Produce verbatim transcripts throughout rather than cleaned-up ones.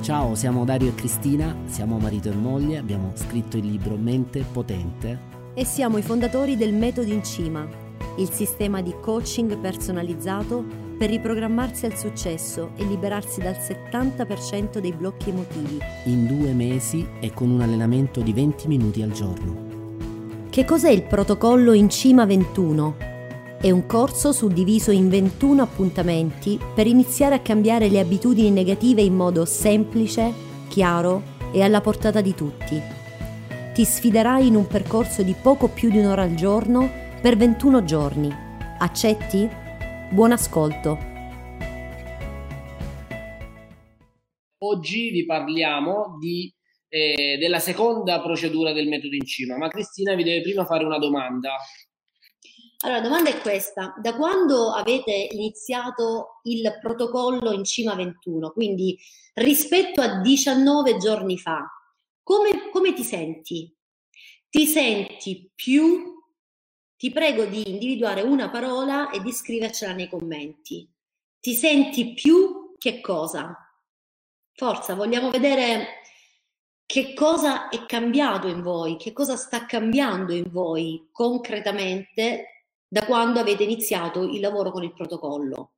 Ciao, siamo Dario e Cristina, siamo marito e moglie, abbiamo scritto il libro Mente Potente e siamo i fondatori del Metodo in Cima, il sistema di coaching personalizzato per riprogrammarsi al successo e liberarsi dal settanta per cento dei blocchi emotivi. in due mesi e con un allenamento di venti minuti al giorno. Che cos'è il protocollo in Cima ventuno? È un corso suddiviso in ventuno appuntamenti per iniziare a cambiare le abitudini negative in modo semplice, chiaro e alla portata di tutti. Ti sfiderai in un percorso di poco più di un'ora al giorno per ventuno giorni. Accetti? Buon ascolto! Oggi vi parliamo di, eh, della seconda procedura del metodo in cima, ma Cristina vi deve prima fare una domanda. Allora, la domanda è questa: da quando avete iniziato il protocollo in Cima ventuno, quindi rispetto a diciannove giorni fa, come, come ti senti? Ti senti più... Ti prego di individuare una parola e di scrivercela nei commenti. Ti senti più che cosa? Forza, vogliamo vedere che cosa è cambiato in voi, che cosa sta cambiando in voi concretamente da quando avete iniziato il lavoro con il protocollo.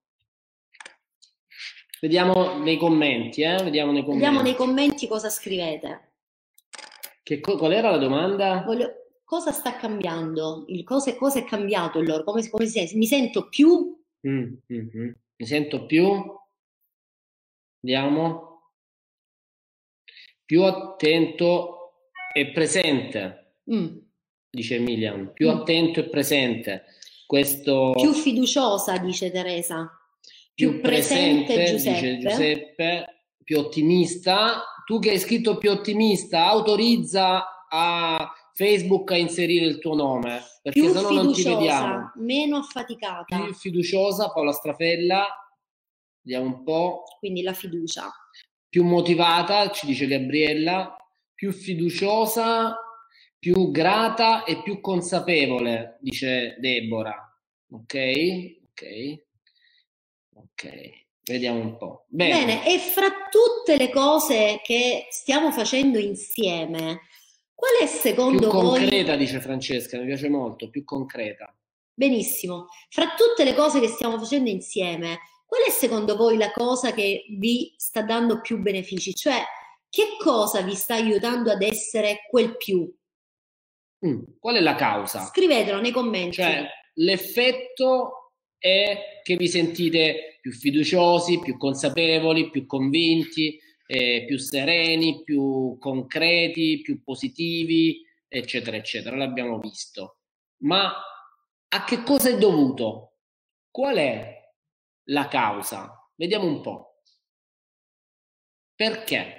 Vediamo nei commenti, eh? Vediamo nei commenti. Vediamo nei commenti cosa scrivete. Che co- qual era la domanda? Voglio... Cosa sta cambiando? Il cosa, cosa è cambiato in loro? Come, come si sente? Mi sento più... Mm, mm, mm. Mi sento più... Vediamo. Più attento e presente, Mm. dice Emilian. Più Mm. attento e presente. Questo... Più fiduciosa, dice Teresa. Più, più presente, presente, Giuseppe. dice Giuseppe. Più ottimista. Tu che hai scritto più ottimista, autorizza a Facebook a inserire il tuo nome, perché Più sennò non ti vediamo. fiduciosa, meno affaticata. Più fiduciosa, Paola Strafella. Vediamo un po'. Quindi la fiducia. Più motivata, ci dice Gabriella. Più fiduciosa, più grata e più consapevole, dice Deborah. Ok? Ok. Ok. Vediamo un po'. Bene. Bene, e fra tutte le cose che stiamo facendo insieme, qual è secondo Più voi... concreta, dice Francesca, mi piace molto, più concreta. Benissimo. Fra tutte le cose che stiamo facendo insieme, qual è secondo voi la cosa che vi sta dando più benefici? Cioè, che cosa vi sta aiutando ad essere quel più? Mm. Qual è la causa? Scrivetelo nei commenti. Cioè, l'effetto è che vi sentite più fiduciosi, più consapevoli, più convinti, eh, più sereni, più concreti, più positivi, eccetera, eccetera. L'abbiamo visto. Ma a che cosa è dovuto? Qual è la causa? Vediamo un po'. Perché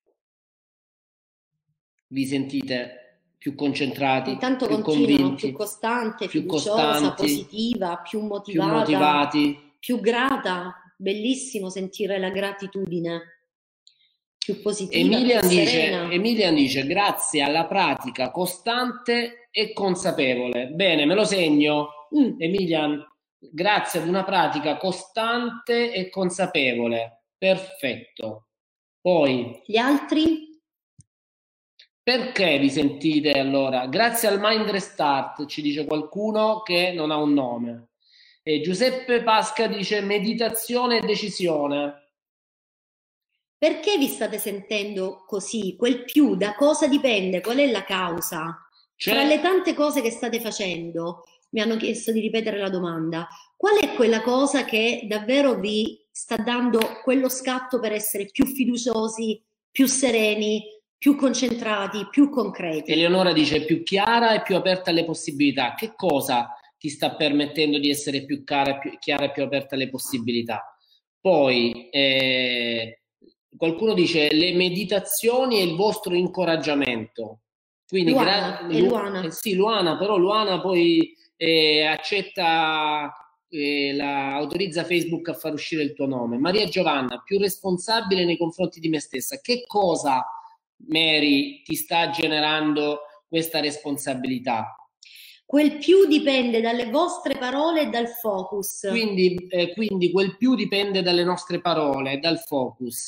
vi sentite più concentrati, Intanto più continuano, convinti, più costante, più fiduciosa, costanti, positiva, più più motivata, motivati? più grata. Bellissimo sentire la gratitudine. Più positiva, Emilian più dice, serena. Emilian dice grazie alla pratica costante e consapevole. Bene, me lo segno. Mm. Emilian, grazie ad una pratica costante e consapevole. Perfetto. Poi, Gli altri? perché vi sentite allora? Grazie al Mind Restart, ci dice qualcuno che non ha un nome. E Giuseppe Pasca dice meditazione e decisione. Perché vi state sentendo così? Quel più, da cosa dipende? Qual è la causa? Cioè, Tra le tante cose che state facendo, mi hanno chiesto di ripetere la domanda, qual è quella cosa che davvero vi sta dando quello scatto per essere più fiduciosi, più sereni, più concentrati, più concreti? Eleonora dice più chiara e più aperta alle possibilità. Che cosa ti sta permettendo di essere più chiara, più, chiara e più aperta alle possibilità? Poi eh, qualcuno dice le meditazioni e il vostro incoraggiamento. Quindi Luana, gra- è Luana. Eh, sì, Luana, però Luana poi eh, accetta, eh, la, autorizza Facebook a far uscire il tuo nome. Maria Giovanna, più responsabile nei confronti di me stessa. Che cosa, Mary, ti sta generando questa responsabilità? Quel più dipende dalle vostre parole e dal focus. Quindi, eh, quindi quel più dipende dalle nostre parole, dal focus.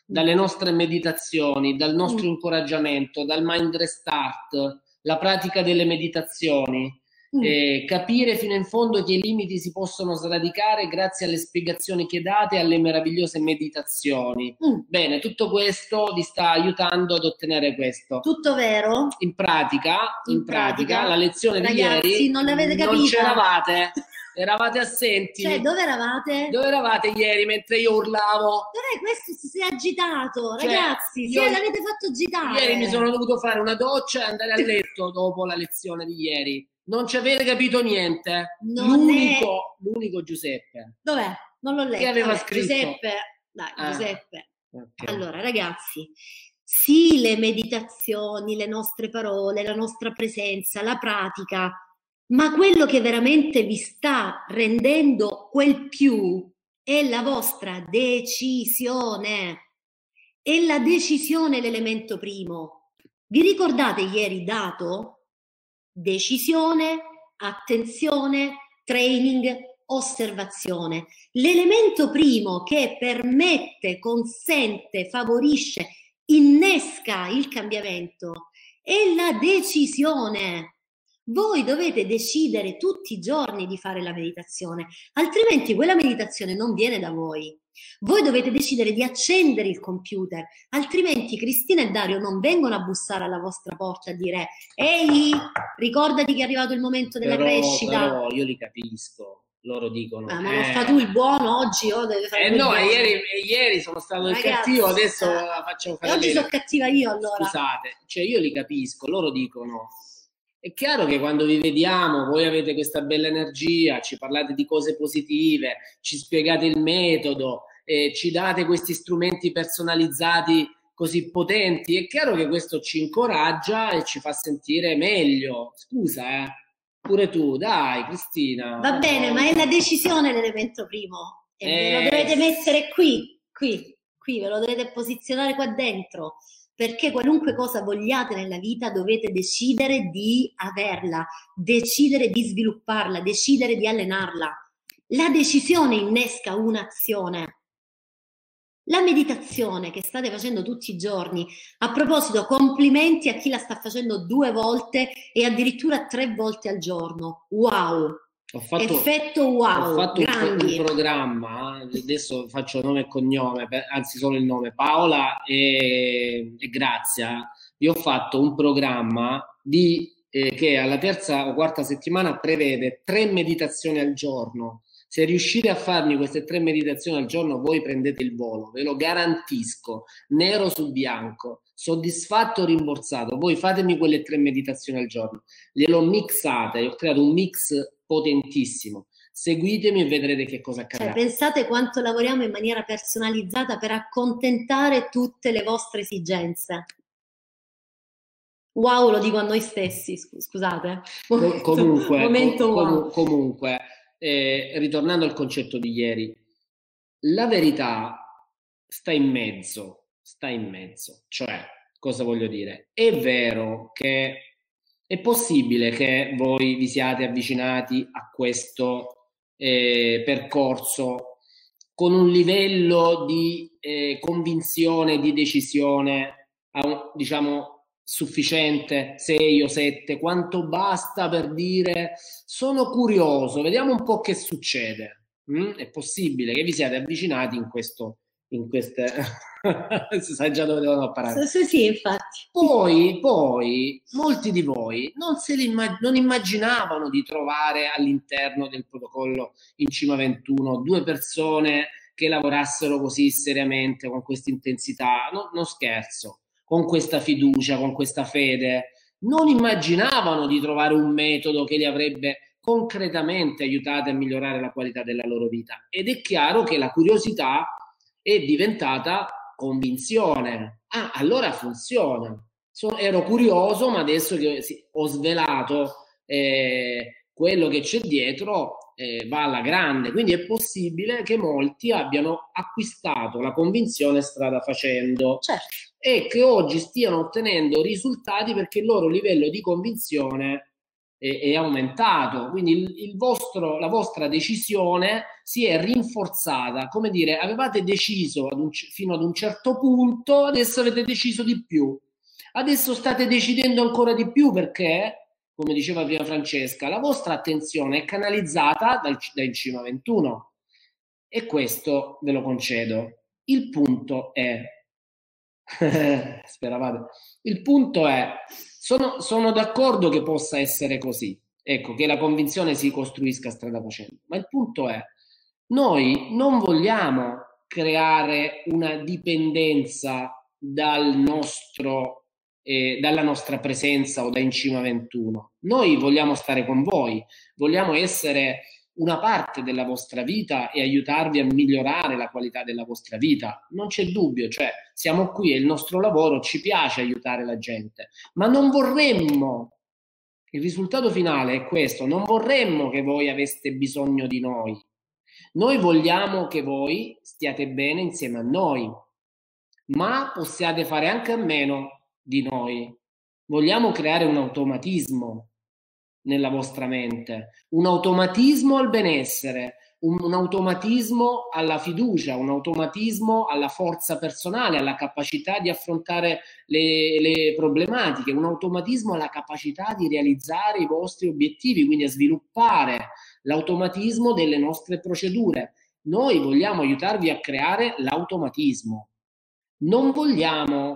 dalle nostre meditazioni, dal nostro mm. incoraggiamento, dal Mind Restart, la pratica delle meditazioni, mm. eh, capire fino in fondo che i limiti si possono sradicare grazie alle spiegazioni che date e alle meravigliose meditazioni. Mm. Bene, tutto questo vi sta aiutando ad ottenere questo. Tutto vero? In pratica, in, in pratica, pratica, la lezione ragazzi, di ieri non l'avete capita. Non c'eravate. Eravate assenti. Cioè, dove eravate? Dove eravate ieri mentre io urlavo? Dov'è questo? Si è agitato, cioè, ragazzi. Sì, l'avete fatto agitare. Ieri mi sono dovuto fare una doccia e andare a letto dopo la lezione di ieri. Non ci avete capito niente. L'unico, è... l'unico Giuseppe. Dov'è? Non l'ho letto. Che aveva scritto? Giuseppe. Dai, ah, Giuseppe. Okay. Allora, ragazzi, sì, le meditazioni, le nostre parole, la nostra presenza, la pratica, ma quello che veramente vi sta rendendo quel più è la vostra decisione. È la decisione l'elemento primo. Vi ricordate ieri dato? Decisione, attenzione, training, osservazione. L'elemento primo che permette, consente, favorisce, innesca il cambiamento è la decisione. Voi dovete decidere tutti i giorni di fare la meditazione, altrimenti quella meditazione non viene da voi. Voi dovete decidere di accendere il computer, altrimenti Cristina e Dario non vengono a bussare alla vostra porta a dire ehi, ricordati che è arrivato il momento della però, crescita. Però io li capisco, loro dicono ah, ma eh, non fa tu il buono oggi o deve fare eh il no, buono. Ieri, ieri sono stato il cattivo, adesso la facciamo fare oggi sono cattiva io allora. Scusate, cioè io li capisco, loro dicono è chiaro che quando vi vediamo voi avete questa bella energia, ci parlate di cose positive, ci spiegate il metodo, eh, ci date questi strumenti personalizzati così potenti, è chiaro che questo ci incoraggia e ci fa sentire meglio. Scusa, eh, pure tu, dai Cristina. Va bene, ma è la decisione l'elemento primo e eh, ve lo dovete mettere qui, qui, qui, ve lo dovete posizionare qua dentro. Perché qualunque cosa vogliate nella vita dovete decidere di averla, decidere di svilupparla, decidere di allenarla. La decisione innesca un'azione. La meditazione che state facendo tutti i giorni, a proposito, complimenti a chi la sta facendo due volte e addirittura tre volte al giorno. Wow! Ho fatto, effetto wow, ho fatto un, un programma, adesso faccio nome e cognome, anzi solo il nome, Paola e, e Grazia. Io ho fatto un programma di, eh, che alla terza o quarta settimana prevede tre meditazioni al giorno. Se riuscite a farmi queste tre meditazioni al giorno, voi prendete il volo, ve lo garantisco, nero su bianco, soddisfatto o rimborsato. Voi fatemi quelle tre meditazioni al giorno, gliel'ho mixate, ho creato un mix potentissimo. Seguitemi e vedrete che cosa accadrà. Cioè, pensate quanto lavoriamo in maniera personalizzata per accontentare tutte le vostre esigenze. Wow, lo dico a noi stessi, scusate. Momento, comunque, momento com- wow. comunque eh, ritornando al concetto di ieri, la verità sta in mezzo, sta in mezzo. Cioè, cosa voglio dire? È vero che è possibile che voi vi siate avvicinati a questo eh, percorso con un livello di eh, convinzione, di decisione, a un, diciamo, sufficiente, sei o sette, quanto basta per dire sono curioso, vediamo un po' che succede. Mm? È possibile che vi siate avvicinati in questo, in queste... si sa già dove devono parare. Sì, sì, infatti. Poi, poi, molti di voi non, se li immag- non immaginavano di trovare all'interno del protocollo in Cima ventuno due persone che lavorassero così seriamente, con questa intensità, no, non scherzo, con questa fiducia, con questa fede. Non immaginavano di trovare un metodo che li avrebbe concretamente aiutati a migliorare la qualità della loro vita. Ed è chiaro che la curiosità è diventata convinzione. Ah, allora funziona. So, ero curioso, ma adesso che sì, ho svelato eh, quello che c'è dietro, eh, va alla grande. Quindi è possibile che molti abbiano acquistato la convinzione strada facendo. Certo. E che oggi stiano ottenendo risultati perché il loro livello di convinzione è, è aumentato, quindi il, il vostro, la vostra decisione si è rinforzata, come dire, avevate deciso ad un, fino ad un certo punto, adesso avete deciso di più, adesso state decidendo ancora di più perché, come diceva prima Francesca, la vostra attenzione è canalizzata dal, da Incima ventuno, e questo ve lo concedo. Il punto è speravate, il punto è sono, sono d'accordo che possa essere così, ecco, che la convinzione si costruisca strada facendo, ma il punto è noi non vogliamo creare una dipendenza dal nostro eh, dalla nostra presenza o da Incima ventuno. Noi vogliamo stare con voi, vogliamo essere una parte della vostra vita e aiutarvi a migliorare la qualità della vostra vita. Non c'è dubbio, cioè siamo qui, è il nostro lavoro, ci piace aiutare la gente, ma non vorremmo, il risultato finale è questo, non vorremmo che voi aveste bisogno di noi. Noi vogliamo che voi stiate bene insieme a noi, ma possiate fare anche a meno di noi. Vogliamo creare un automatismo nella vostra mente, un automatismo al benessere, un, un automatismo alla fiducia, un automatismo alla forza personale, alla capacità di affrontare le, le problematiche, un automatismo alla capacità di realizzare i vostri obiettivi, quindi a sviluppare l'automatismo delle nostre procedure. Noi vogliamo aiutarvi a creare l'automatismo, non vogliamo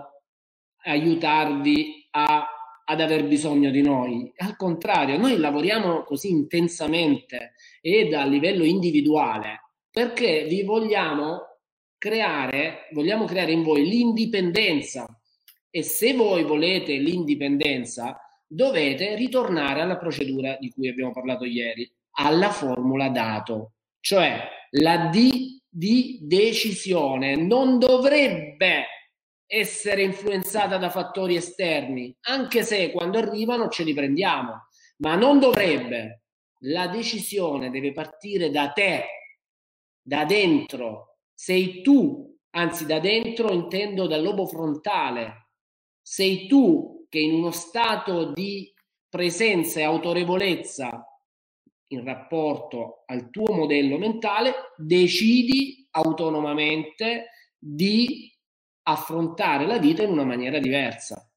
aiutarvi a ad aver bisogno di noi, al contrario, noi lavoriamo così intensamente ed a livello individuale perché vi vogliamo creare, vogliamo creare in voi l'indipendenza, e se voi volete l'indipendenza dovete ritornare alla procedura di cui abbiamo parlato ieri, alla formula dato, cioè la D di decisione non dovrebbe essere influenzata da fattori esterni, anche se quando arrivano ce li prendiamo, ma non dovrebbe. La decisione deve partire da te, da dentro. Sei tu, anzi da dentro intendo dal lobo frontale. Sei tu che in uno stato di presenza e autorevolezza in rapporto al tuo modello mentale decidi autonomamente di affrontare la vita in una maniera diversa.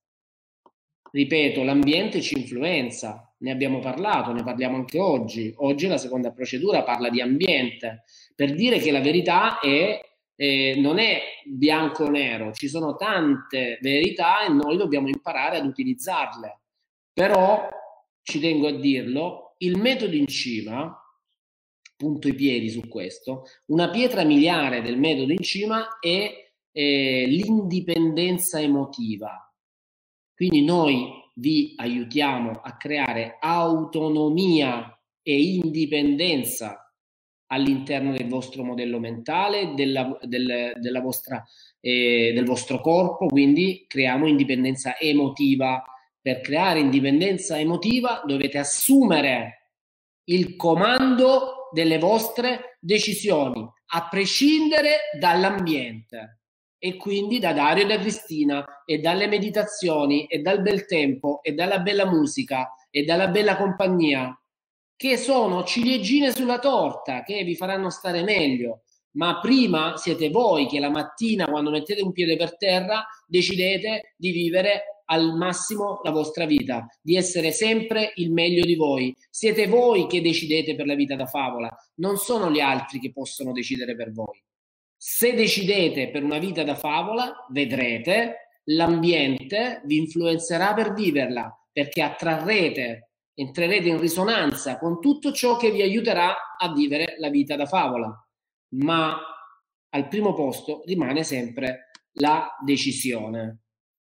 Ripeto, l'ambiente ci influenza, ne abbiamo parlato, ne parliamo anche oggi. Oggi la seconda procedura parla di ambiente, per dire che la verità è, eh, non è bianco o nero, ci sono tante verità e noi dobbiamo imparare ad utilizzarle. Però, ci tengo a dirlo, il metodo Incima, punto i piedi su questo, una pietra miliare del metodo Incima è Eh, l'indipendenza emotiva. Quindi noi vi aiutiamo a creare autonomia e indipendenza all'interno del vostro modello mentale, della, del, della vostra, eh, del vostro corpo, quindi creiamo indipendenza emotiva. Per creare indipendenza emotiva dovete assumere il comando delle vostre decisioni, a prescindere dall'ambiente. E quindi da Dario e da Cristina e dalle meditazioni e dal bel tempo e dalla bella musica e dalla bella compagnia, che sono ciliegine sulla torta che vi faranno stare meglio, ma prima siete voi che la mattina, quando mettete un piede per terra, decidete di vivere al massimo la vostra vita, di essere sempre il meglio di voi. Siete voi che decidete per la vita da favola, non sono gli altri che possono decidere per voi. Se decidete per una vita da favola, vedrete, l'ambiente vi influenzerà per viverla, perché attrarrete, entrerete in risonanza con tutto ciò che vi aiuterà a vivere la vita da favola. Ma al primo posto rimane sempre la decisione.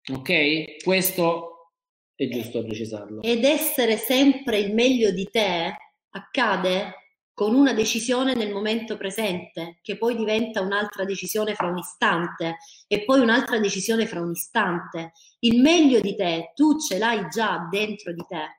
Ok? Questo è giusto precisarlo. Ed essere sempre il meglio di te accade con una decisione nel momento presente, che poi diventa un'altra decisione fra un istante e poi un'altra decisione fra un istante. Il meglio di te, tu ce l'hai già dentro di te.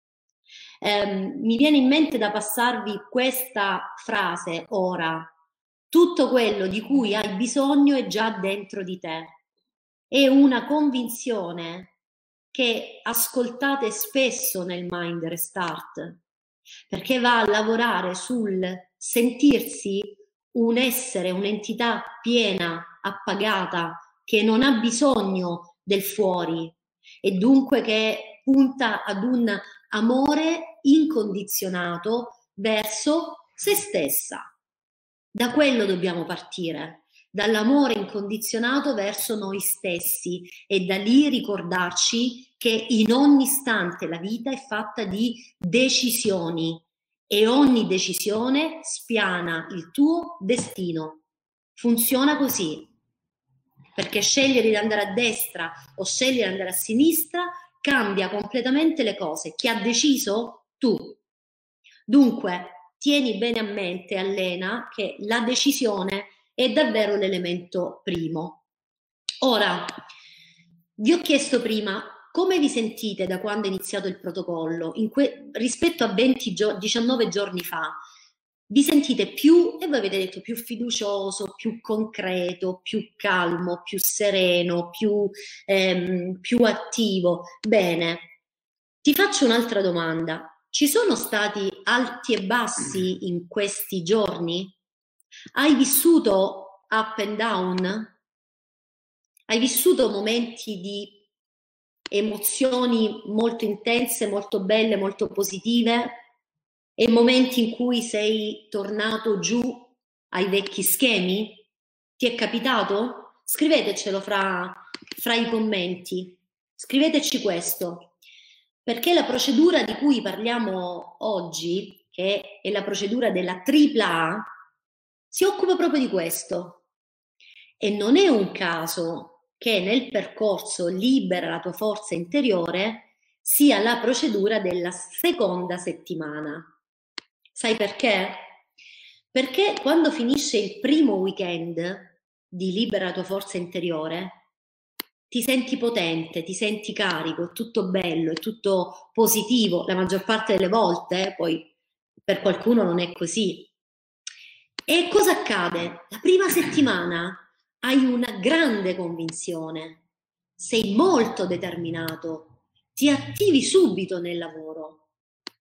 Eh, mi viene in mente da passarvi questa frase ora: tutto quello di cui hai bisogno è già dentro di te. È una convinzione che ascoltate spesso nel Mind Restart, perché va a lavorare sul sentirsi un essere, un'entità piena, appagata, che non ha bisogno del fuori e dunque che punta ad un amore incondizionato verso se stessa. Da quello dobbiamo partire, dall'amore incondizionato verso noi stessi, e da lì ricordarci che in ogni istante la vita è fatta di decisioni e ogni decisione spiana il tuo destino. Funziona così, perché scegliere di andare a destra o scegliere di andare a sinistra cambia completamente le cose. Chi ha deciso? Tu. Dunque, tieni bene a mente, Allena, che la decisione è davvero l'elemento primo. Ora, vi ho chiesto prima come vi sentite da quando è iniziato il protocollo. In que- rispetto a venti gio- diciannove giorni fa, vi sentite più, e voi avete detto, più fiducioso, più concreto, più calmo, più sereno, più, ehm, più attivo. Bene, ti faccio un'altra domanda. Ci sono stati alti e bassi in questi giorni? Hai vissuto up and down? Hai vissuto momenti di emozioni molto intense, molto belle, molto positive, e momenti in cui sei tornato giù ai vecchi schemi? Ti è capitato? Scrivetecelo fra, fra i commenti. Scriveteci questo, perché la procedura di cui parliamo oggi, che è la procedura della tripla A, si occupa proprio di questo. E non è un caso che nel percorso Libera la tua forza interiore sia la procedura della seconda settimana. Sai perché? Perché quando finisce il primo weekend di Libera la tua forza interiore, ti senti potente, ti senti carico, è tutto bello, è tutto positivo, la maggior parte delle volte, eh, poi per qualcuno non è così. E cosa accade? La prima settimana hai una grande convinzione, sei molto determinato, ti attivi subito nel lavoro.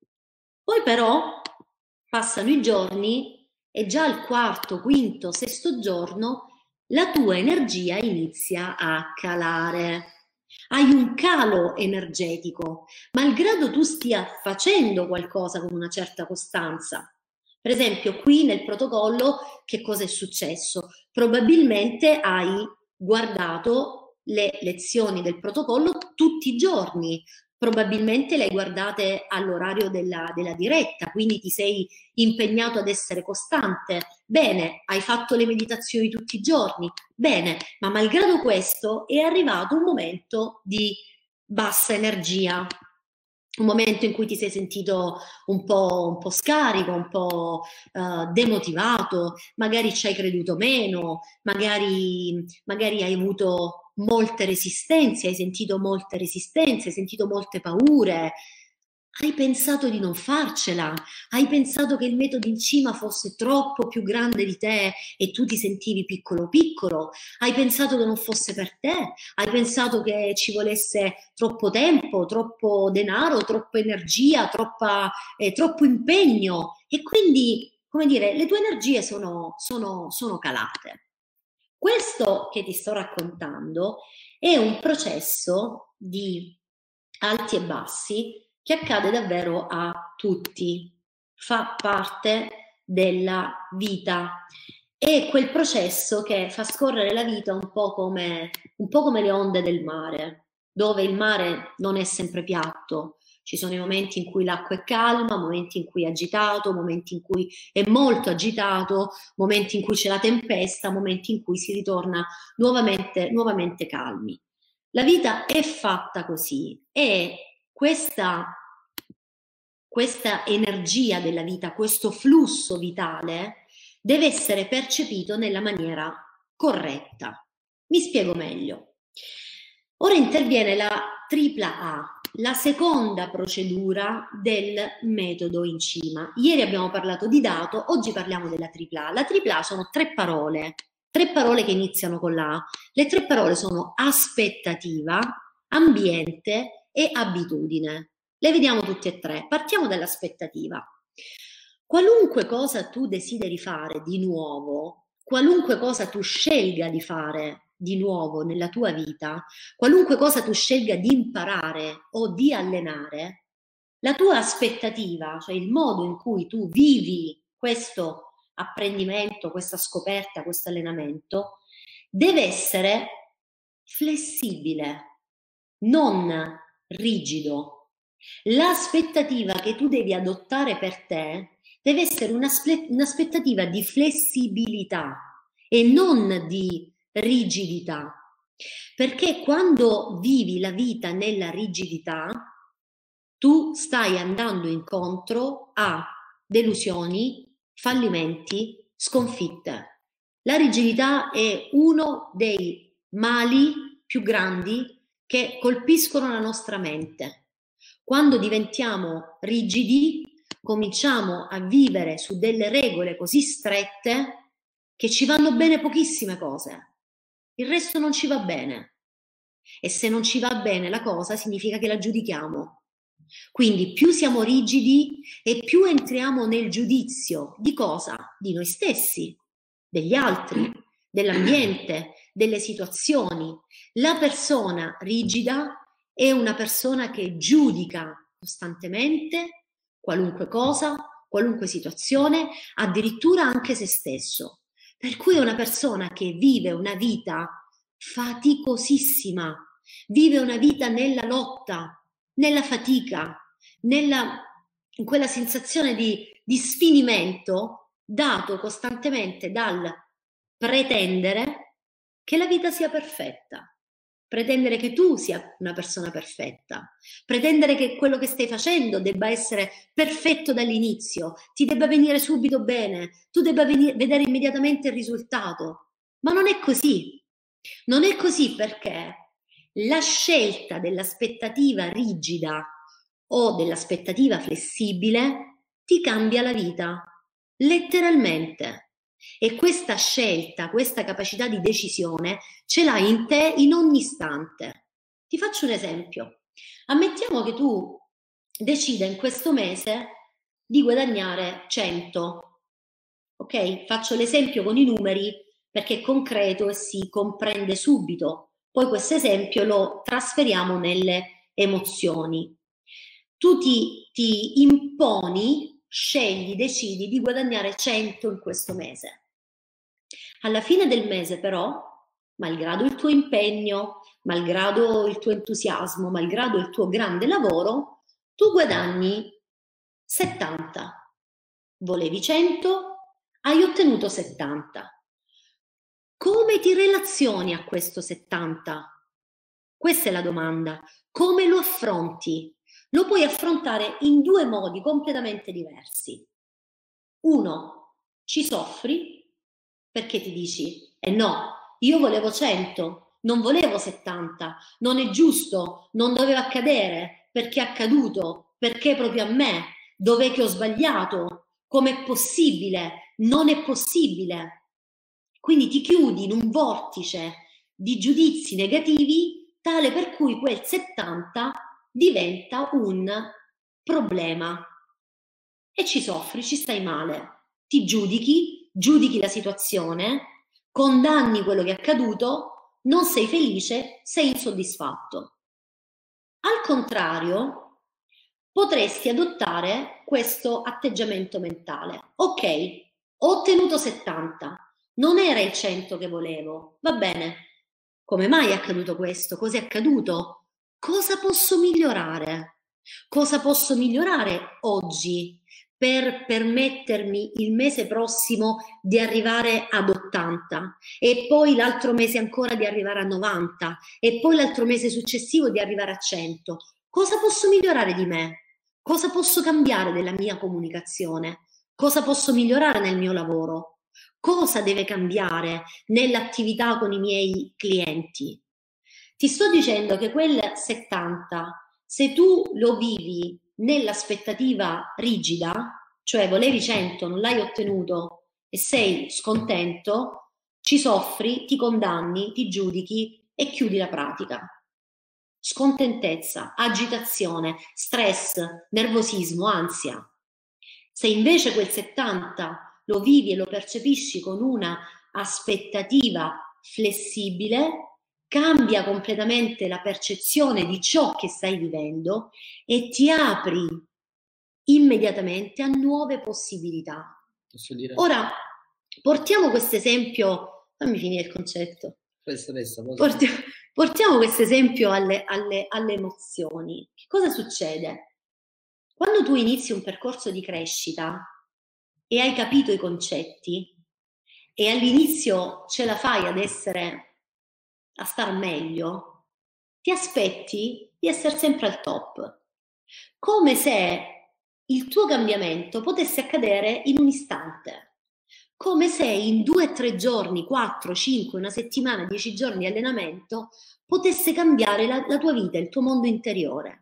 Poi però passano i giorni e già al quarto, quinto, sesto giorno la tua energia inizia a calare. Hai un calo energetico, malgrado tu stia facendo qualcosa con una certa costanza. Per esempio, qui nel protocollo che cosa è successo? Probabilmente hai guardato le lezioni del protocollo tutti i giorni, probabilmente le hai guardate all'orario della, della diretta, quindi ti sei impegnato ad essere costante. Bene, hai fatto le meditazioni tutti i giorni. Bene, ma malgrado questo è arrivato un momento di bassa energia, un momento in cui ti sei sentito un po', un po' scarico, un po' uh, demotivato, magari ci hai creduto meno, magari, magari hai avuto molte resistenze, hai sentito molte resistenze, hai sentito molte paure, hai pensato di non farcela, hai pensato che il metodo in cima fosse troppo più grande di te e tu ti sentivi piccolo piccolo, hai pensato che non fosse per te, hai pensato che ci volesse troppo tempo, troppo denaro, troppa energia, troppa, eh, troppo impegno, e quindi, come dire, le tue energie sono, sono, sono calate. Questo che ti sto raccontando è un processo di alti e bassi che accade davvero a tutti, fa parte della vita. È quel processo che fa scorrere la vita un po' come, un po' come le onde del mare, dove il mare non è sempre piatto. Ci sono i momenti in cui l'acqua è calma, momenti in cui è agitato, momenti in cui è molto agitato, momenti in cui c'è la tempesta, momenti in cui si ritorna nuovamente, nuovamente calmi. La vita è fatta così, e questa, questa energia della vita, questo flusso vitale deve essere percepito nella maniera corretta. Mi spiego meglio. Ora interviene la tripla A, la seconda procedura del metodo in cima. Ieri abbiamo parlato di dato, oggi parliamo della tripla A. La tripla A sono tre parole, tre parole che iniziano con la A. Le tre parole sono aspettativa, ambiente e abitudine. Le vediamo tutte e tre. Partiamo dall'aspettativa. Qualunque cosa tu desideri fare di nuovo, qualunque cosa tu scelga di fare di nuovo nella tua vita, qualunque cosa tu scelga di imparare o di allenare, la tua aspettativa, cioè il modo in cui tu vivi questo apprendimento, questa scoperta, questo allenamento, deve essere flessibile, non rigido. L'aspettativa che tu devi adottare per te deve essere un'aspettativa di flessibilità e non di rigidità, perché quando vivi la vita nella rigidità tu stai andando incontro a delusioni, fallimenti, sconfitte. La rigidità è uno dei mali più grandi che colpiscono la nostra mente. Quando diventiamo rigidi cominciamo a vivere su delle regole così strette che ci vanno bene pochissime cose, il resto non ci va bene, e se non ci va bene la cosa significa che la giudichiamo. Quindi più siamo rigidi e più entriamo nel giudizio di cosa? Di noi stessi, degli altri, dell'ambiente, delle situazioni. La persona rigida è una persona che giudica costantemente qualunque cosa, qualunque situazione, addirittura anche se stesso. Per cui è una persona che vive una vita faticosissima, vive una vita nella lotta, nella fatica, nella, in quella sensazione di, di sfinimento dato costantemente dal pretendere che la vita sia perfetta. Pretendere che tu sia una persona perfetta, pretendere che quello che stai facendo debba essere perfetto dall'inizio, ti debba venire subito bene, tu debba venire, vedere immediatamente il risultato. Ma non è così. Non è così perché la scelta dell'aspettativa rigida o dell'aspettativa flessibile ti cambia la vita, letteralmente. E questa scelta, questa capacità di decisione ce l'hai in te in ogni istante. Ti faccio un esempio. Ammettiamo che tu decida in questo mese di guadagnare cento. Ok? Faccio l'esempio con i numeri perché è concreto e si comprende subito. Poi questo esempio lo trasferiamo nelle emozioni. Tu ti, ti imponi, scegli, decidi di guadagnare cento in questo mese. Alla fine del mese però, malgrado il tuo impegno, malgrado il tuo entusiasmo, malgrado il tuo grande lavoro, tu guadagni settanta. Volevi cento, hai ottenuto settanta. Come ti relazioni a questo settanta? Questa è la domanda. Come lo affronti? Lo puoi affrontare in due modi completamente diversi. Uno, ci soffri perché ti dici, eh no, io volevo cento, non volevo settanta, non è giusto, non doveva accadere, perché è accaduto, perché proprio a me, dov'è che ho sbagliato, com'è possibile, non è possibile. Quindi ti chiudi in un vortice di giudizi negativi tale per cui quel settanta diventa un problema e ci soffri, ci stai male, ti giudichi, giudichi la situazione, condanni quello che è accaduto, non sei felice, sei insoddisfatto. Al contrario, potresti adottare questo atteggiamento mentale. Ok, ho ottenuto settanta, non era il cento che volevo, va bene, come mai è accaduto questo? Cos'è accaduto? Cosa posso migliorare? Cosa posso migliorare oggi per permettermi il mese prossimo di arrivare ad ottanta e poi l'altro mese ancora di arrivare a novanta e poi l'altro mese successivo di arrivare a cento? Cosa posso migliorare di me? Cosa posso cambiare della mia comunicazione? Cosa posso migliorare nel mio lavoro? Cosa deve cambiare nell'attività con i miei clienti? Ti sto dicendo che quel settanta, se tu lo vivi nell'aspettativa rigida, cioè volevi cento, non l'hai ottenuto e sei scontento, ci soffri, ti condanni, ti giudichi e chiudi la pratica. scontentezza, agitazione, stress, nervosismo, ansia. Se invece quel settanta lo vivi e lo percepisci con una aspettativa flessibile, cambia completamente la percezione di ciò che stai vivendo e ti apri immediatamente a nuove possibilità. Posso dire? Ora, portiamo questo esempio, fammi finire il concetto. Questa, questa, portiamo, portiamo questo esempio alle, alle, alle emozioni. Che cosa succede? Quando tu inizi un percorso di crescita e hai capito i concetti e all'inizio ce la fai ad essere, a star meglio, ti aspetti di essere sempre al top, come se il tuo cambiamento potesse accadere in un istante, come se in due, tre giorni, quattro, cinque, una settimana, dieci giorni di allenamento potesse cambiare la, la tua vita, il tuo mondo interiore.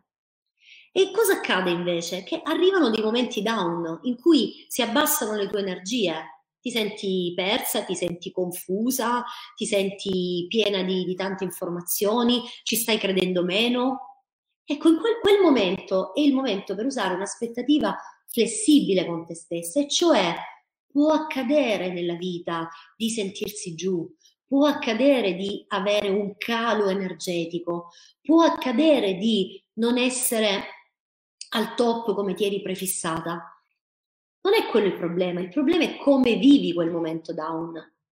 E cosa accade invece? Che arrivano dei momenti down in cui si abbassano le tue energie, ti senti persa, ti senti confusa, ti senti piena di, di tante informazioni, ci stai credendo meno. Ecco, in quel, quel momento è il momento per usare un'aspettativa flessibile con te stessa, e cioè può accadere nella vita di sentirsi giù, può accadere di avere un calo energetico, può accadere di non essere al top come ti eri prefissata. Non è quello il problema, il problema è come vivi quel momento down.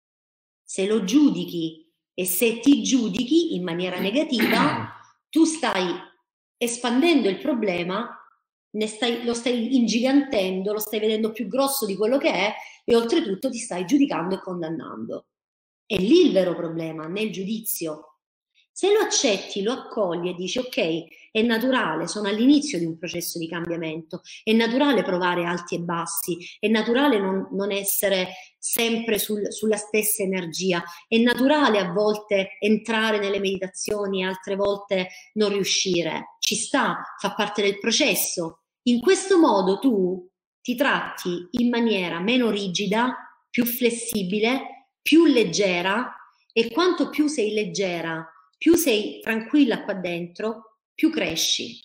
Se lo giudichi e se ti giudichi in maniera negativa, tu stai espandendo il problema, ne stai, lo stai ingigantendo, lo stai vedendo più grosso di quello che è, e oltretutto ti stai giudicando e condannando. È lì il vero problema, nel giudizio. Se lo accetti, lo accogli e dici ok, è naturale, sono all'inizio di un processo di cambiamento, è naturale provare alti e bassi, è naturale non, non essere sempre sul, sulla stessa energia, è naturale a volte entrare nelle meditazioni e altre volte non riuscire, ci sta, fa parte del processo. In questo modo tu ti tratti in maniera meno rigida, più flessibile, più leggera, e quanto più sei leggera, più sei tranquilla qua dentro, più cresci.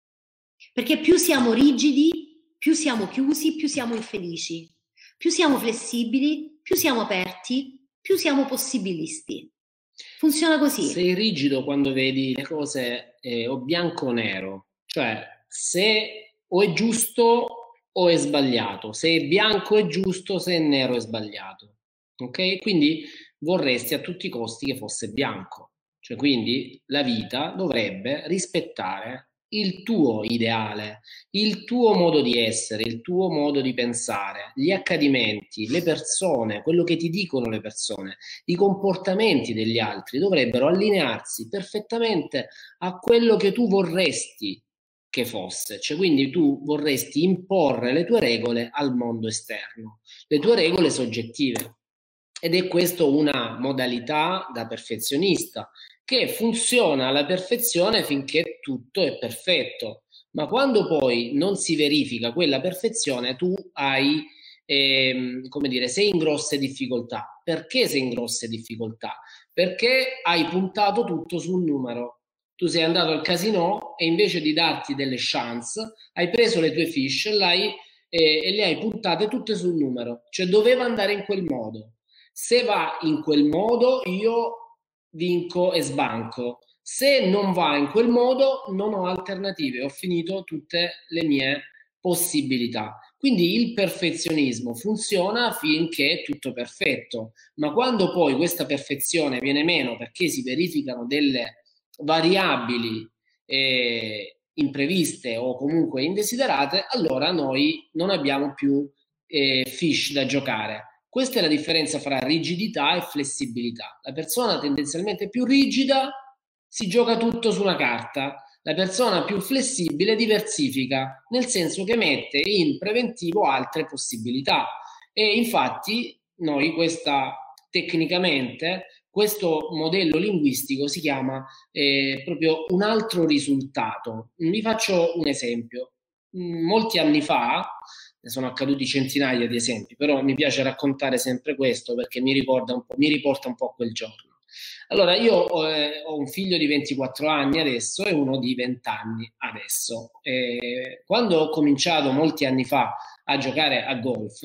Perché più siamo rigidi, più siamo chiusi, più siamo infelici. Più siamo flessibili, più siamo aperti, più siamo possibilisti. Funziona così. Sei rigido quando vedi le cose eh, o bianco o nero, cioè se o è giusto o è sbagliato, se è bianco è giusto, se è nero è sbagliato. Ok? Quindi vorresti a tutti i costi che fosse bianco. Cioè, quindi la vita dovrebbe rispettare il tuo ideale, il tuo modo di essere, il tuo modo di pensare, gli accadimenti, le persone, quello che ti dicono le persone, i comportamenti degli altri dovrebbero allinearsi perfettamente a quello che tu vorresti che fosse. Cioè, quindi tu vorresti imporre le tue regole al mondo esterno, le tue regole soggettive. Ed è questa una modalità da perfezionista che funziona alla perfezione finché tutto è perfetto, ma quando poi non si verifica quella perfezione, tu hai, ehm, come dire, sei in grosse difficoltà. Perché sei in grosse difficoltà? Perché hai puntato tutto sul numero. Tu sei andato al casino e invece di darti delle chance, hai preso le tue fiche e, l'hai, eh, e le hai puntate tutte sul numero, cioè doveva andare in quel modo. Se va in quel modo io vinco e sbanco, se non va in quel modo non ho alternative, ho finito tutte le mie possibilità. Quindi il perfezionismo funziona finché è tutto perfetto, ma quando poi questa perfezione viene meno perché si verificano delle variabili eh, impreviste o comunque indesiderate, allora noi non abbiamo più eh, fish da giocare. Questa è la differenza fra rigidità e flessibilità. La persona tendenzialmente più rigida si gioca tutto su una carta, la persona più flessibile diversifica, nel senso che mette in preventivo altre possibilità. E infatti noi questa tecnicamente, questo modello linguistico si chiama eh, proprio un altro risultato. Vi faccio un esempio. Molti anni fa, ne sono accaduti centinaia di esempi, però mi piace raccontare sempre questo perché mi ricorda un po', mi riporta un po' a quel giorno. Allora, io ho, eh, ho un figlio di ventiquattro anni adesso e uno di venti anni adesso. E quando ho cominciato molti anni fa a giocare a golf,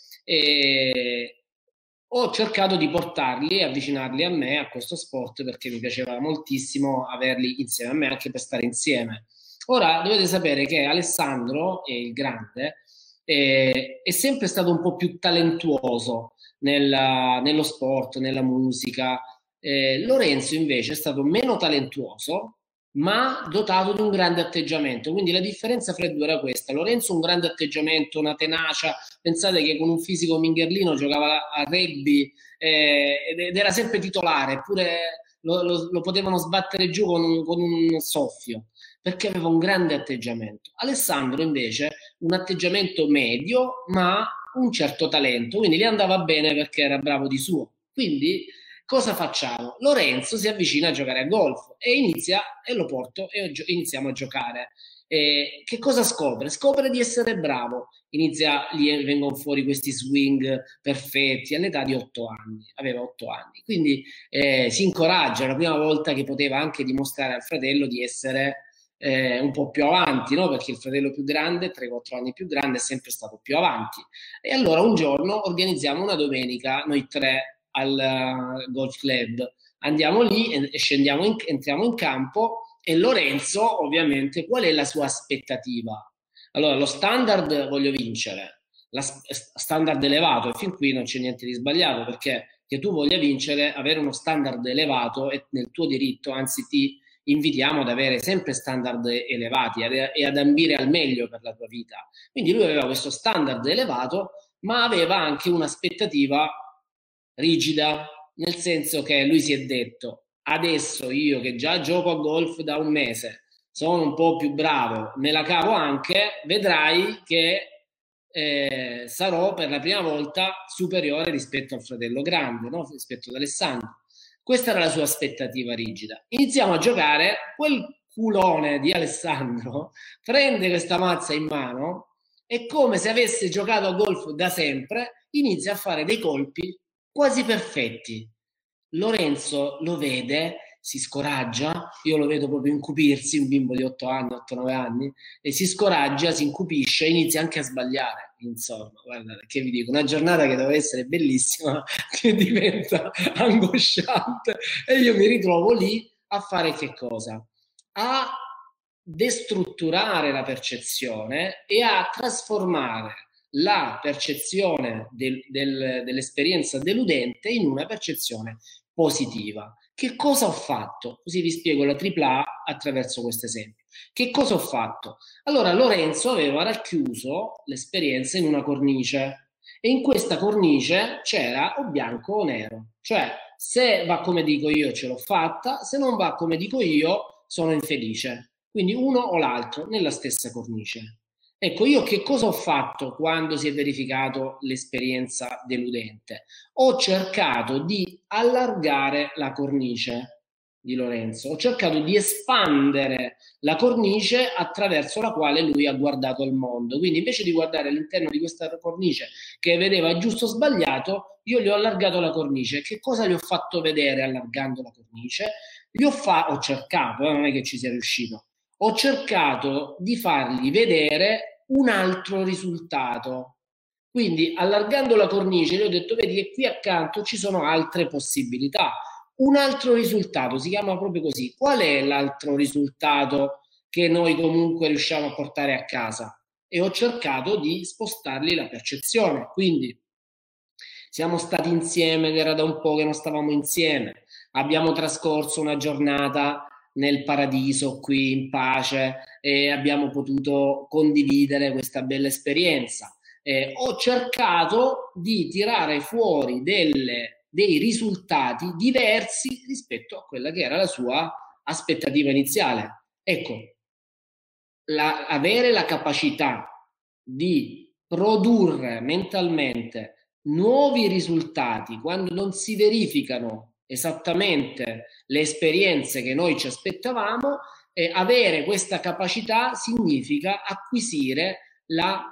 eh, ho cercato di portarli e avvicinarli a me, a questo sport, perché mi piaceva moltissimo averli insieme a me, anche per stare insieme. Ora, dovete sapere che Alessandro, il grande, eh, è sempre stato un po' più talentuoso nella, nello sport, nella musica. Eh, Lorenzo invece è stato meno talentuoso, ma dotato di un grande atteggiamento. Quindi la differenza fra i due era questa: Lorenzo un grande atteggiamento, una tenacia. Pensate che con un fisico mingherlino giocava a rugby eh, ed era sempre titolare, eppure lo, lo, lo potevano sbattere giù con un, con un soffio, perché aveva un grande atteggiamento. Alessandro invece un atteggiamento medio, ma un certo talento, quindi gli andava bene perché era bravo di suo. Quindi cosa facciamo? Lorenzo si avvicina a giocare a golf e inizia, e lo porto e iniziamo a giocare. E che cosa scopre? Scopre di essere bravo. Inizia, gli vengono fuori questi swing perfetti all'età di otto anni, aveva otto anni. Quindi eh, si incoraggia, è la prima volta che poteva anche dimostrare al fratello di essere eh, un po' più avanti, no? Perché il fratello più grande, tre quattro anni più grande, è sempre stato più avanti. E allora un giorno organizziamo una domenica, noi tre, al golf club, andiamo lì e scendiamo in, entriamo in campo, e Lorenzo ovviamente qual è la sua aspettativa? Allora, lo standard: voglio vincere, la standard elevato, e fin qui non c'è niente di sbagliato, perché che tu voglia vincere, avere uno standard elevato è nel tuo diritto, anzi ti invitiamo ad avere sempre standard elevati e ad ambire al meglio per la tua vita. Quindi lui aveva questo standard elevato, ma aveva anche un'aspettativa rigida, nel senso che lui si è detto: adesso io che già gioco a golf da un mese, sono un po' più bravo, me la cavo anche, vedrai che eh, sarò per la prima volta superiore rispetto al fratello grande, no? Rispetto ad Alessandro. Questa era la sua aspettativa rigida. Iniziamo a giocare, quel culone di Alessandro prende questa mazza in mano e, come se avesse giocato a golf da sempre, inizia a fare dei colpi quasi perfetti. Lorenzo lo vede, si scoraggia, io lo vedo proprio incupirsi, un bimbo di otto anni, otto nove anni, e si scoraggia, si incupisce, inizia anche a sbagliare. Insomma, guardate, che vi dico, una giornata che doveva essere bellissima che diventa angosciante, e io mi ritrovo lì a fare che cosa? A destrutturare la percezione e a trasformare la percezione del, del, dell'esperienza deludente in una percezione positiva. Che cosa ho fatto? Così vi spiego la tripla A attraverso questo esempio. Che cosa ho fatto? Allora, Lorenzo aveva racchiuso l'esperienza in una cornice, e in questa cornice c'era o bianco o nero, cioè se va come dico io ce l'ho fatta, se non va come dico io sono infelice. Quindi uno o l'altro nella stessa cornice. Ecco, io che cosa ho fatto quando si è verificato l'esperienza deludente? Ho cercato di allargare la cornice di Lorenzo, ho cercato di espandere la cornice attraverso la quale lui ha guardato il mondo. Quindi invece di guardare all'interno di questa cornice che vedeva giusto o sbagliato, io gli ho allargato la cornice. Che cosa gli ho fatto vedere allargando la cornice? Gli ho, fa- ho cercato, eh, non è che ci sia riuscito, ho cercato di fargli vedere un altro risultato. Quindi allargando la cornice gli ho detto: vedi che qui accanto ci sono altre possibilità, un altro risultato, si chiama proprio così. Qual è l'altro risultato che noi comunque riusciamo a portare a casa? E ho cercato di spostargli la percezione. Quindi siamo stati insieme ed era da un po' che non stavamo insieme, abbiamo trascorso una giornata nel paradiso qui in pace e abbiamo potuto condividere questa bella esperienza. Eh, ho cercato di tirare fuori delle, dei risultati diversi rispetto a quella che era la sua aspettativa iniziale. Ecco, la, avere la capacità di produrre mentalmente nuovi risultati quando non si verificano esattamente le esperienze che noi ci aspettavamo, eh, avere questa capacità significa acquisire la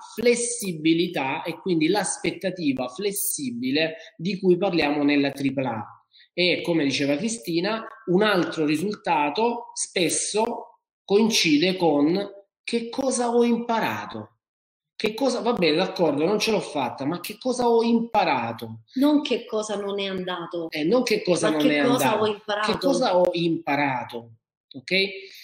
flessibilità e quindi l'aspettativa flessibile di cui parliamo nella tripla A. E come diceva Cristina, un altro risultato spesso coincide con che cosa ho imparato. Che cosa, va bene, d'accordo, non ce l'ho fatta, ma che cosa ho imparato? Non che cosa non è andato. Eh, non che cosa ma non che è cosa andato. ho imparato. Che cosa ho imparato? Ok?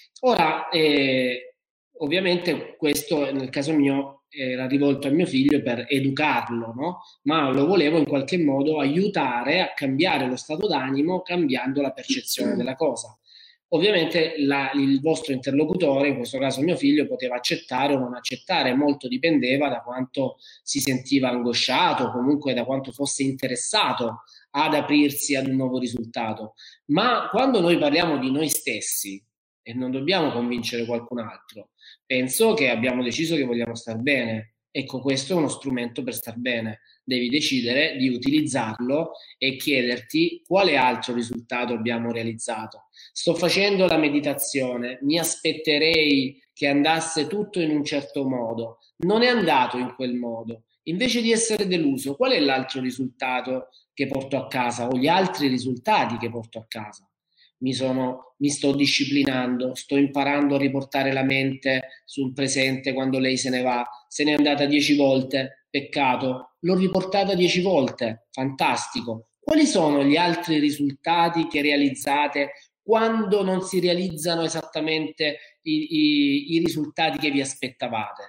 Ora, eh, ovviamente questo nel caso mio era rivolto a mio figlio per educarlo, no? Ma lo volevo in qualche modo aiutare a cambiare lo stato d'animo cambiando la percezione della cosa. Ovviamente la, il vostro interlocutore, in questo caso mio figlio, poteva accettare o non accettare, molto dipendeva da quanto si sentiva angosciato, comunque da quanto fosse interessato ad aprirsi ad un nuovo risultato. Ma quando noi parliamo di noi stessi e non dobbiamo convincere qualcun altro, penso che abbiamo deciso che vogliamo star bene. Ecco, questo è uno strumento per star bene. Devi decidere di utilizzarlo e chiederti quale altro risultato abbiamo realizzato. Sto facendo la meditazione, mi aspetterei che andasse tutto in un certo modo. Non è andato in quel modo. Invece di essere deluso, qual è l'altro risultato che porto a casa o gli altri risultati che porto a casa? Mi, sono, mi sto disciplinando, sto imparando a riportare la mente sul presente quando lei se ne va. Se n'è andata dieci volte, peccato, l'ho riportata dieci volte, fantastico. Quali sono gli altri risultati che realizzate quando non si realizzano esattamente i, i, i risultati che vi aspettavate?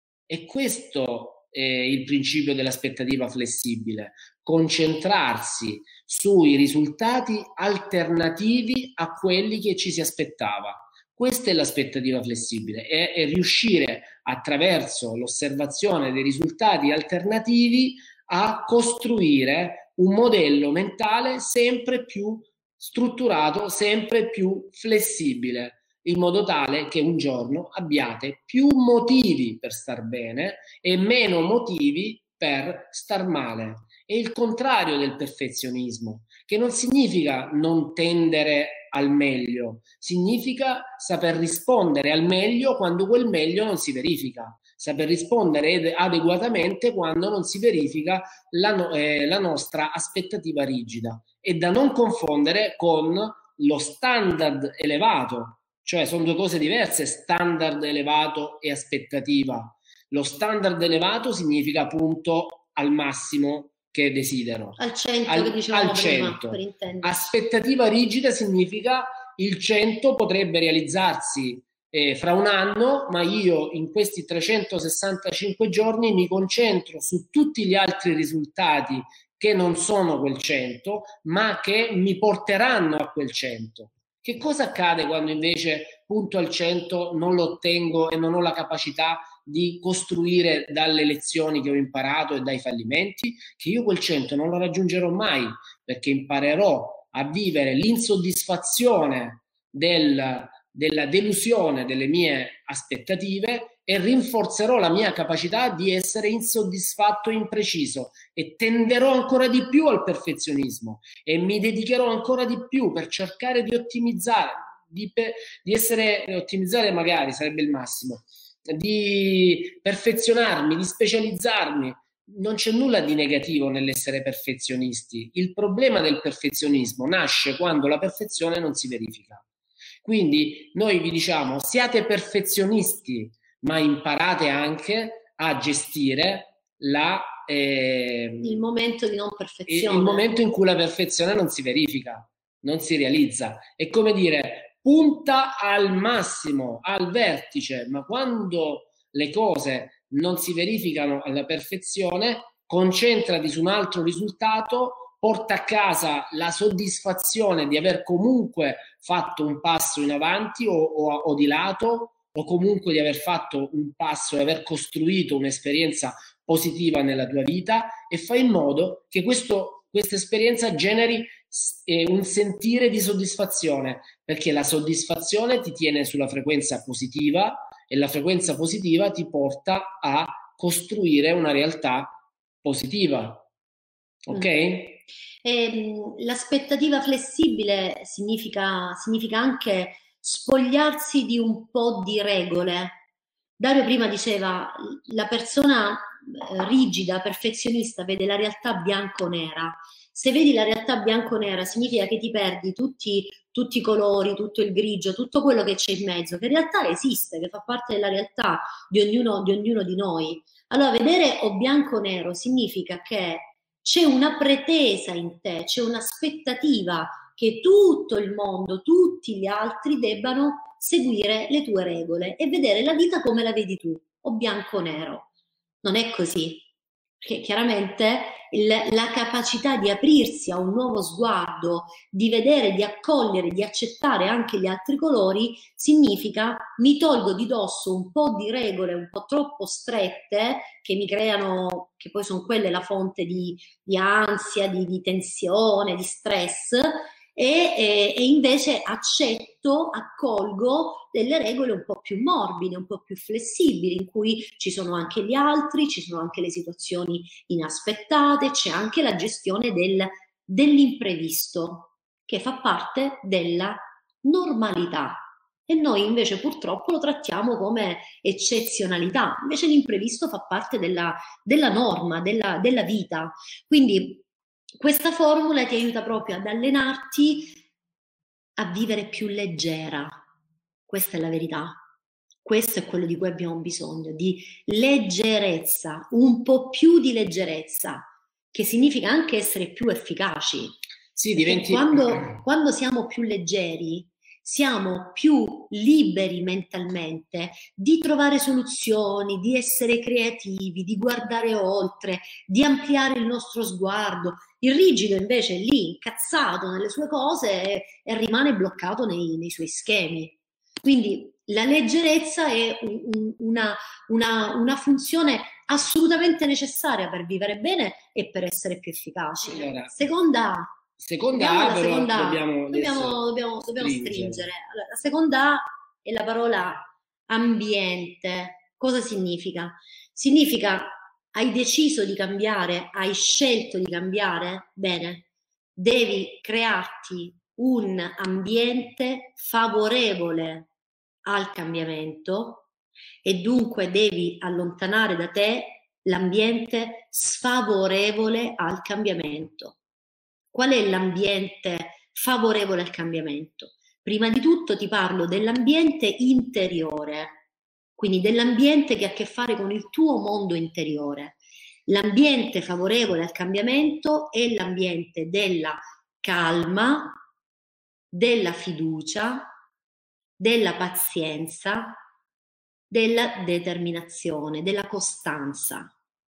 E questo è il principio dell'aspettativa flessibile, concentrarsi sui risultati alternativi a quelli che ci si aspettava. Questa è l'aspettativa flessibile, è, è riuscire attraverso l'osservazione dei risultati alternativi a costruire un modello mentale sempre più strutturato, sempre più flessibile, in modo tale che un giorno abbiate più motivi per star bene e meno motivi per star male. È il contrario del perfezionismo, che non significa non tendere al meglio, significa saper rispondere al meglio quando quel meglio non si verifica, saper rispondere adeguatamente quando non si verifica la, no- eh, la nostra aspettativa rigida, e da non confondere con lo standard elevato. Cioè sono due cose diverse, standard elevato e aspettativa. Lo standard elevato significa appunto al massimo che desidero. Al cento, al, che dicevamo al prima, cento. per intenderci. Aspettativa rigida significa il cento potrebbe realizzarsi eh, fra un anno, ma io in questi trecentosessantacinque giorni mi concentro su tutti gli altri risultati che non sono quel cento, ma che mi porteranno a quel cento. Che cosa accade quando invece punto al cento non lo ottengo e non ho la capacità di costruire dalle lezioni che ho imparato e dai fallimenti? Che io quel cento non lo raggiungerò mai, perché imparerò a vivere l'insoddisfazione del, della delusione delle mie aspettative e rinforzerò la mia capacità di essere insoddisfatto e impreciso, e tenderò ancora di più al perfezionismo e mi dedicherò ancora di più per cercare di ottimizzare, di, di essere ottimizzare magari sarebbe il massimo, di perfezionarmi, di specializzarmi. Non c'è nulla di negativo nell'essere perfezionisti. Il problema del perfezionismo nasce quando la perfezione non si verifica. Quindi noi vi diciamo: siate perfezionisti, ma imparate anche a gestire la, eh, il momento di non perfezione. Il, il momento in cui la perfezione non si verifica, non si realizza. È come dire: punta al massimo, al vertice, ma quando le cose non si verificano alla perfezione, concentrati su un altro risultato, porta a casa la soddisfazione di aver comunque fatto un passo in avanti o, o, o di lato, o comunque di aver fatto un passo e aver costruito un'esperienza positiva nella tua vita, e fai in modo che questo, questa esperienza generi eh, un sentire di soddisfazione, perché la soddisfazione ti tiene sulla frequenza positiva e la frequenza positiva ti porta a costruire una realtà positiva. Ok? Mm. E, l'aspettativa flessibile significa, significa anche spogliarsi di un po' di regole. Dario prima diceva: la persona rigida, perfezionista, vede la realtà bianco-nera, Se vedi la realtà bianco-nera, significa che ti perdi tutti, tutti i colori, tutto il grigio, tutto quello che c'è in mezzo, che in realtà esiste, che fa parte della realtà di ognuno di, ognuno di noi. Allora, vedere o bianco-nero significa che c'è una pretesa in te, c'è un'aspettativa che tutto il mondo, tutti gli altri debbano seguire le tue regole e vedere la vita come la vedi tu, o bianco-nero. Non è così, perché chiaramente il, la capacità di aprirsi a un nuovo sguardo, di vedere, di accogliere, di accettare anche gli altri colori, significa mi tolgo di dosso un po' di regole un po' troppo strette che mi creano, che poi sono quelle la fonte di, di ansia, di, di tensione, di stress, e, e, e invece accetto, accolgo delle regole un po' più morbide, un po' più flessibili, in cui ci sono anche gli altri, ci sono anche le situazioni inaspettate, c'è anche la gestione del, dell'imprevisto, che fa parte della normalità. E noi invece purtroppo lo trattiamo come eccezionalità, invece l'imprevisto fa parte della, della norma, della, della vita. Quindi questa formula ti aiuta proprio ad allenarti a vivere più leggera. Questa è la verità. Questo è quello di cui abbiamo bisogno, di leggerezza, un po' più di leggerezza, che significa anche essere più efficaci. Sì, diventi... Quando, quando siamo più leggeri, siamo più liberi mentalmente di trovare soluzioni, di essere creativi, di guardare oltre, di ampliare il nostro sguardo. Il rigido invece è lì, incazzato nelle sue cose e, e rimane bloccato nei, nei suoi schemi. Quindi la leggerezza è un, un, una, una, una funzione assolutamente necessaria per vivere bene e per essere più efficaci. Allora, seconda seconda A, però seconda dobbiamo, dobbiamo, dobbiamo, dobbiamo stringere. stringere. Allora, la seconda A è la parola ambiente. Cosa significa? Significa hai deciso di cambiare, hai scelto di cambiare? Bene, devi crearti un ambiente favorevole al cambiamento e dunque devi allontanare da te l'ambiente sfavorevole al cambiamento. Qual è l'ambiente favorevole al cambiamento? Prima di tutto ti parlo dell'ambiente interiore, quindi dell'ambiente che ha a che fare con il tuo mondo interiore. L'ambiente favorevole al cambiamento è l'ambiente della calma, della fiducia, della pazienza, della determinazione, della costanza.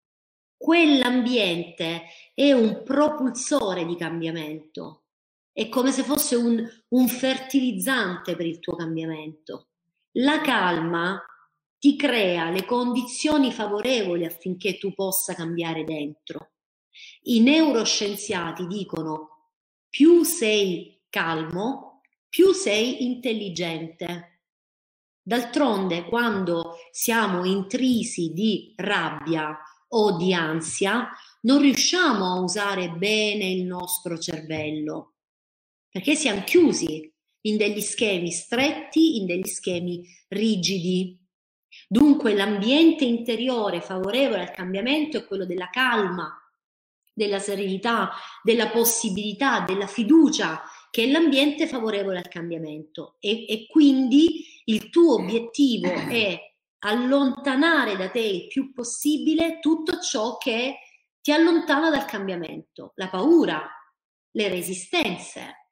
Quell'ambiente è un propulsore di cambiamento, è come se fosse un, un fertilizzante per il tuo cambiamento. La calma ti crea le condizioni favorevoli affinché tu possa cambiare dentro. I neuroscienziati dicono: più sei calmo, più sei intelligente. D'altronde, quando siamo intrisi di rabbia o di ansia, non riusciamo a usare bene il nostro cervello, perché siamo chiusi in degli schemi stretti, in degli schemi rigidi. Dunque l'ambiente interiore favorevole al cambiamento è quello della calma, della serenità, della possibilità, della fiducia, che è l'ambiente favorevole al cambiamento. E, e quindi il tuo obiettivo è allontanare da te il più possibile tutto ciò che ti allontana dal cambiamento, la paura, le resistenze,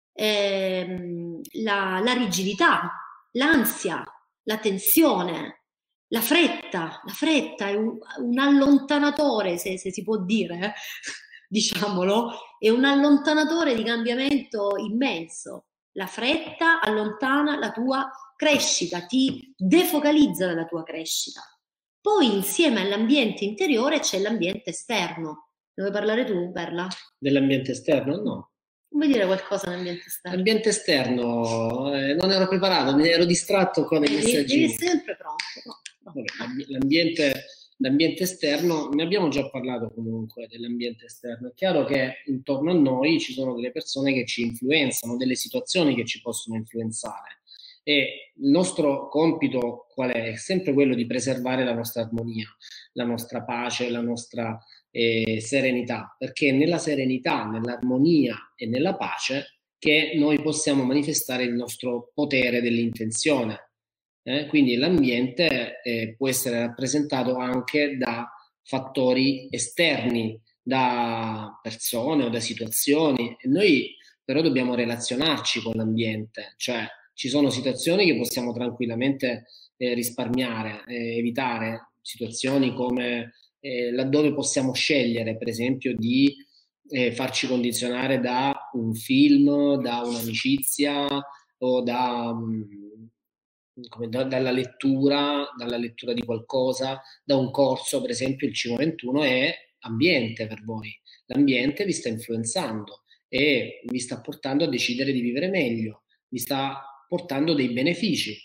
ehm, la, la rigidità, l'ansia, la tensione, la fretta. La fretta è un, un allontanatore, se, se si può dire, eh? diciamolo, è un allontanatore di cambiamento immenso. La fretta allontana la tua crescita, ti defocalizza dalla tua crescita. Poi insieme all'ambiente interiore c'è l'ambiente esterno. Ne vuoi parlare tu, Perla? Dell'ambiente esterno? No. Vuoi dire qualcosa dell'ambiente esterno? L'ambiente esterno, eh, non ero preparato, mi ero distratto con i messaggi. Devi sempre pronto. No, no. Vabbè, l'ambiente, l'ambiente esterno, ne abbiamo già parlato comunque dell'ambiente esterno. È chiaro che intorno a noi ci sono delle persone che ci influenzano, delle situazioni che ci possono influenzare. E il nostro compito qual è? È sempre quello di preservare la nostra armonia, la nostra pace, la nostra eh, serenità, perché è nella serenità, nell'armonia e nella pace che noi possiamo manifestare il nostro potere dell'intenzione. Eh? Quindi l'ambiente eh, può essere rappresentato anche da fattori esterni, da persone o da situazioni, e noi però dobbiamo relazionarci con l'ambiente, cioè ci sono situazioni che possiamo tranquillamente eh, risparmiare, eh, evitare, situazioni come eh, laddove possiamo scegliere, per esempio, di eh, farci condizionare da un film, da un'amicizia o da, mh, come da, dalla lettura, dalla lettura di qualcosa, da un corso, per esempio il C I M O ventuno è ambiente per voi. L'ambiente vi sta influenzando e vi sta portando a decidere di vivere meglio, vi sta portando dei benefici.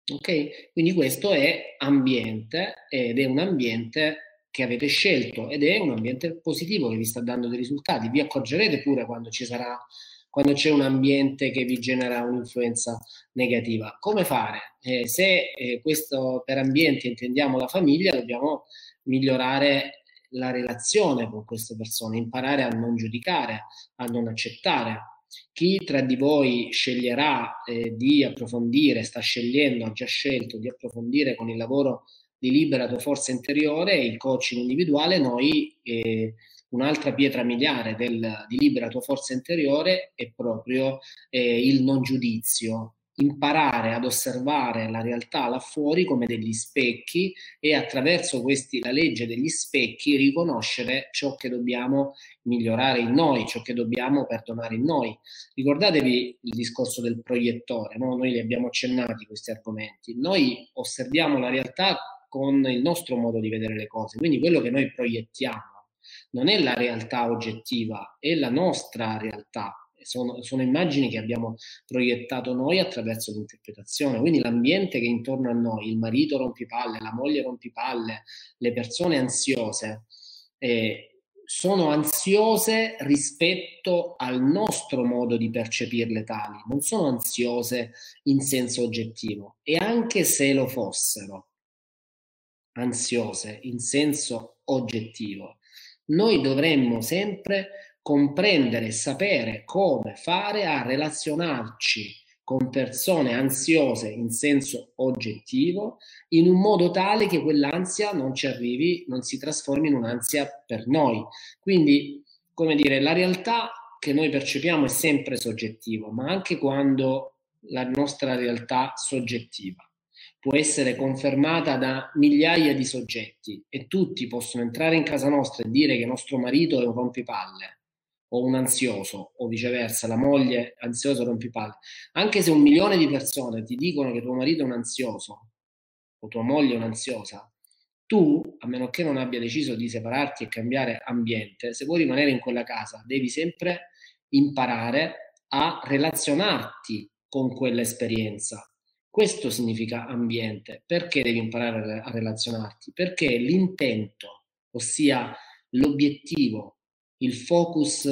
Ok? Quindi questo è ambiente ed è un ambiente che avete scelto ed è un ambiente positivo che vi sta dando dei risultati. Vi accorgerete pure quando ci sarà, quando c'è un ambiente che vi genera un'influenza negativa. Come fare? Eh, se eh, questo per ambiente intendiamo la famiglia, dobbiamo migliorare la relazione con queste persone, imparare a non giudicare, a non accettare. Chi tra di voi sceglierà eh, di approfondire, sta scegliendo, ha già scelto di approfondire con il lavoro di Libera tua forza interiore, il coaching individuale, noi eh, un'altra pietra miliare del, di Libera tua forza interiore è proprio eh, il non giudizio, imparare ad osservare la realtà là fuori come degli specchi e attraverso questi, la legge degli specchi, riconoscere ciò che dobbiamo migliorare in noi, ciò che dobbiamo perdonare in noi. Ricordatevi il discorso del proiettore, no? Noi li abbiamo accennati questi argomenti. Noi osserviamo la realtà con il nostro modo di vedere le cose, quindi quello che noi proiettiamo non è la realtà oggettiva, è la nostra realtà. Sono, sono immagini che abbiamo proiettato noi attraverso l'interpretazione, quindi l'ambiente che è intorno a noi, il marito rompipalle, la moglie rompipalle, le persone ansiose, eh, sono ansiose rispetto al nostro modo di percepirle tali, non sono ansiose in senso oggettivo, e anche se lo fossero ansiose in senso oggettivo, noi dovremmo sempre comprendere e sapere come fare a relazionarci con persone ansiose in senso oggettivo in un modo tale che quell'ansia non ci arrivi, non si trasformi in un'ansia per noi. Quindi, come dire, la realtà che noi percepiamo è sempre soggettiva, ma anche quando la nostra realtà soggettiva può essere confermata da migliaia di soggetti e tutti possono entrare in casa nostra e dire che nostro marito è un rompipalle o un ansioso, o viceversa, la moglie ansiosa o rompipalle. Anche se un milione di persone ti dicono che tuo marito è un ansioso o tua moglie è un'ansiosa, tu, a meno che non abbia deciso di separarti e cambiare ambiente, se vuoi rimanere in quella casa, devi sempre imparare a relazionarti con quell'esperienza. Questo significa ambiente. Perché devi imparare a relazionarti? Perché l'intento, ossia l'obiettivo, il focus,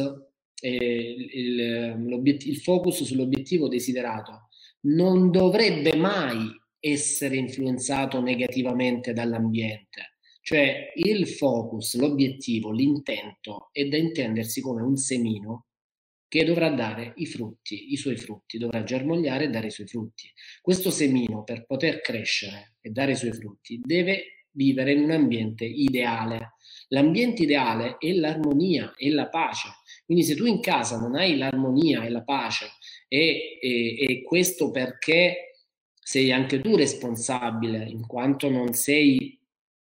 eh, il, il focus sull'obiettivo desiderato non dovrebbe mai essere influenzato negativamente dall'ambiente. Cioè il focus, l'obiettivo, l'intento è da intendersi come un semino che dovrà dare i frutti, i suoi frutti, dovrà germogliare e dare i suoi frutti. Questo semino, per poter crescere e dare i suoi frutti, deve vivere in un ambiente ideale. L'ambiente ideale è l'armonia, è la pace. Quindi se tu in casa non hai l'armonia e la pace, e, e, e questo perché sei anche tu responsabile, in quanto non sei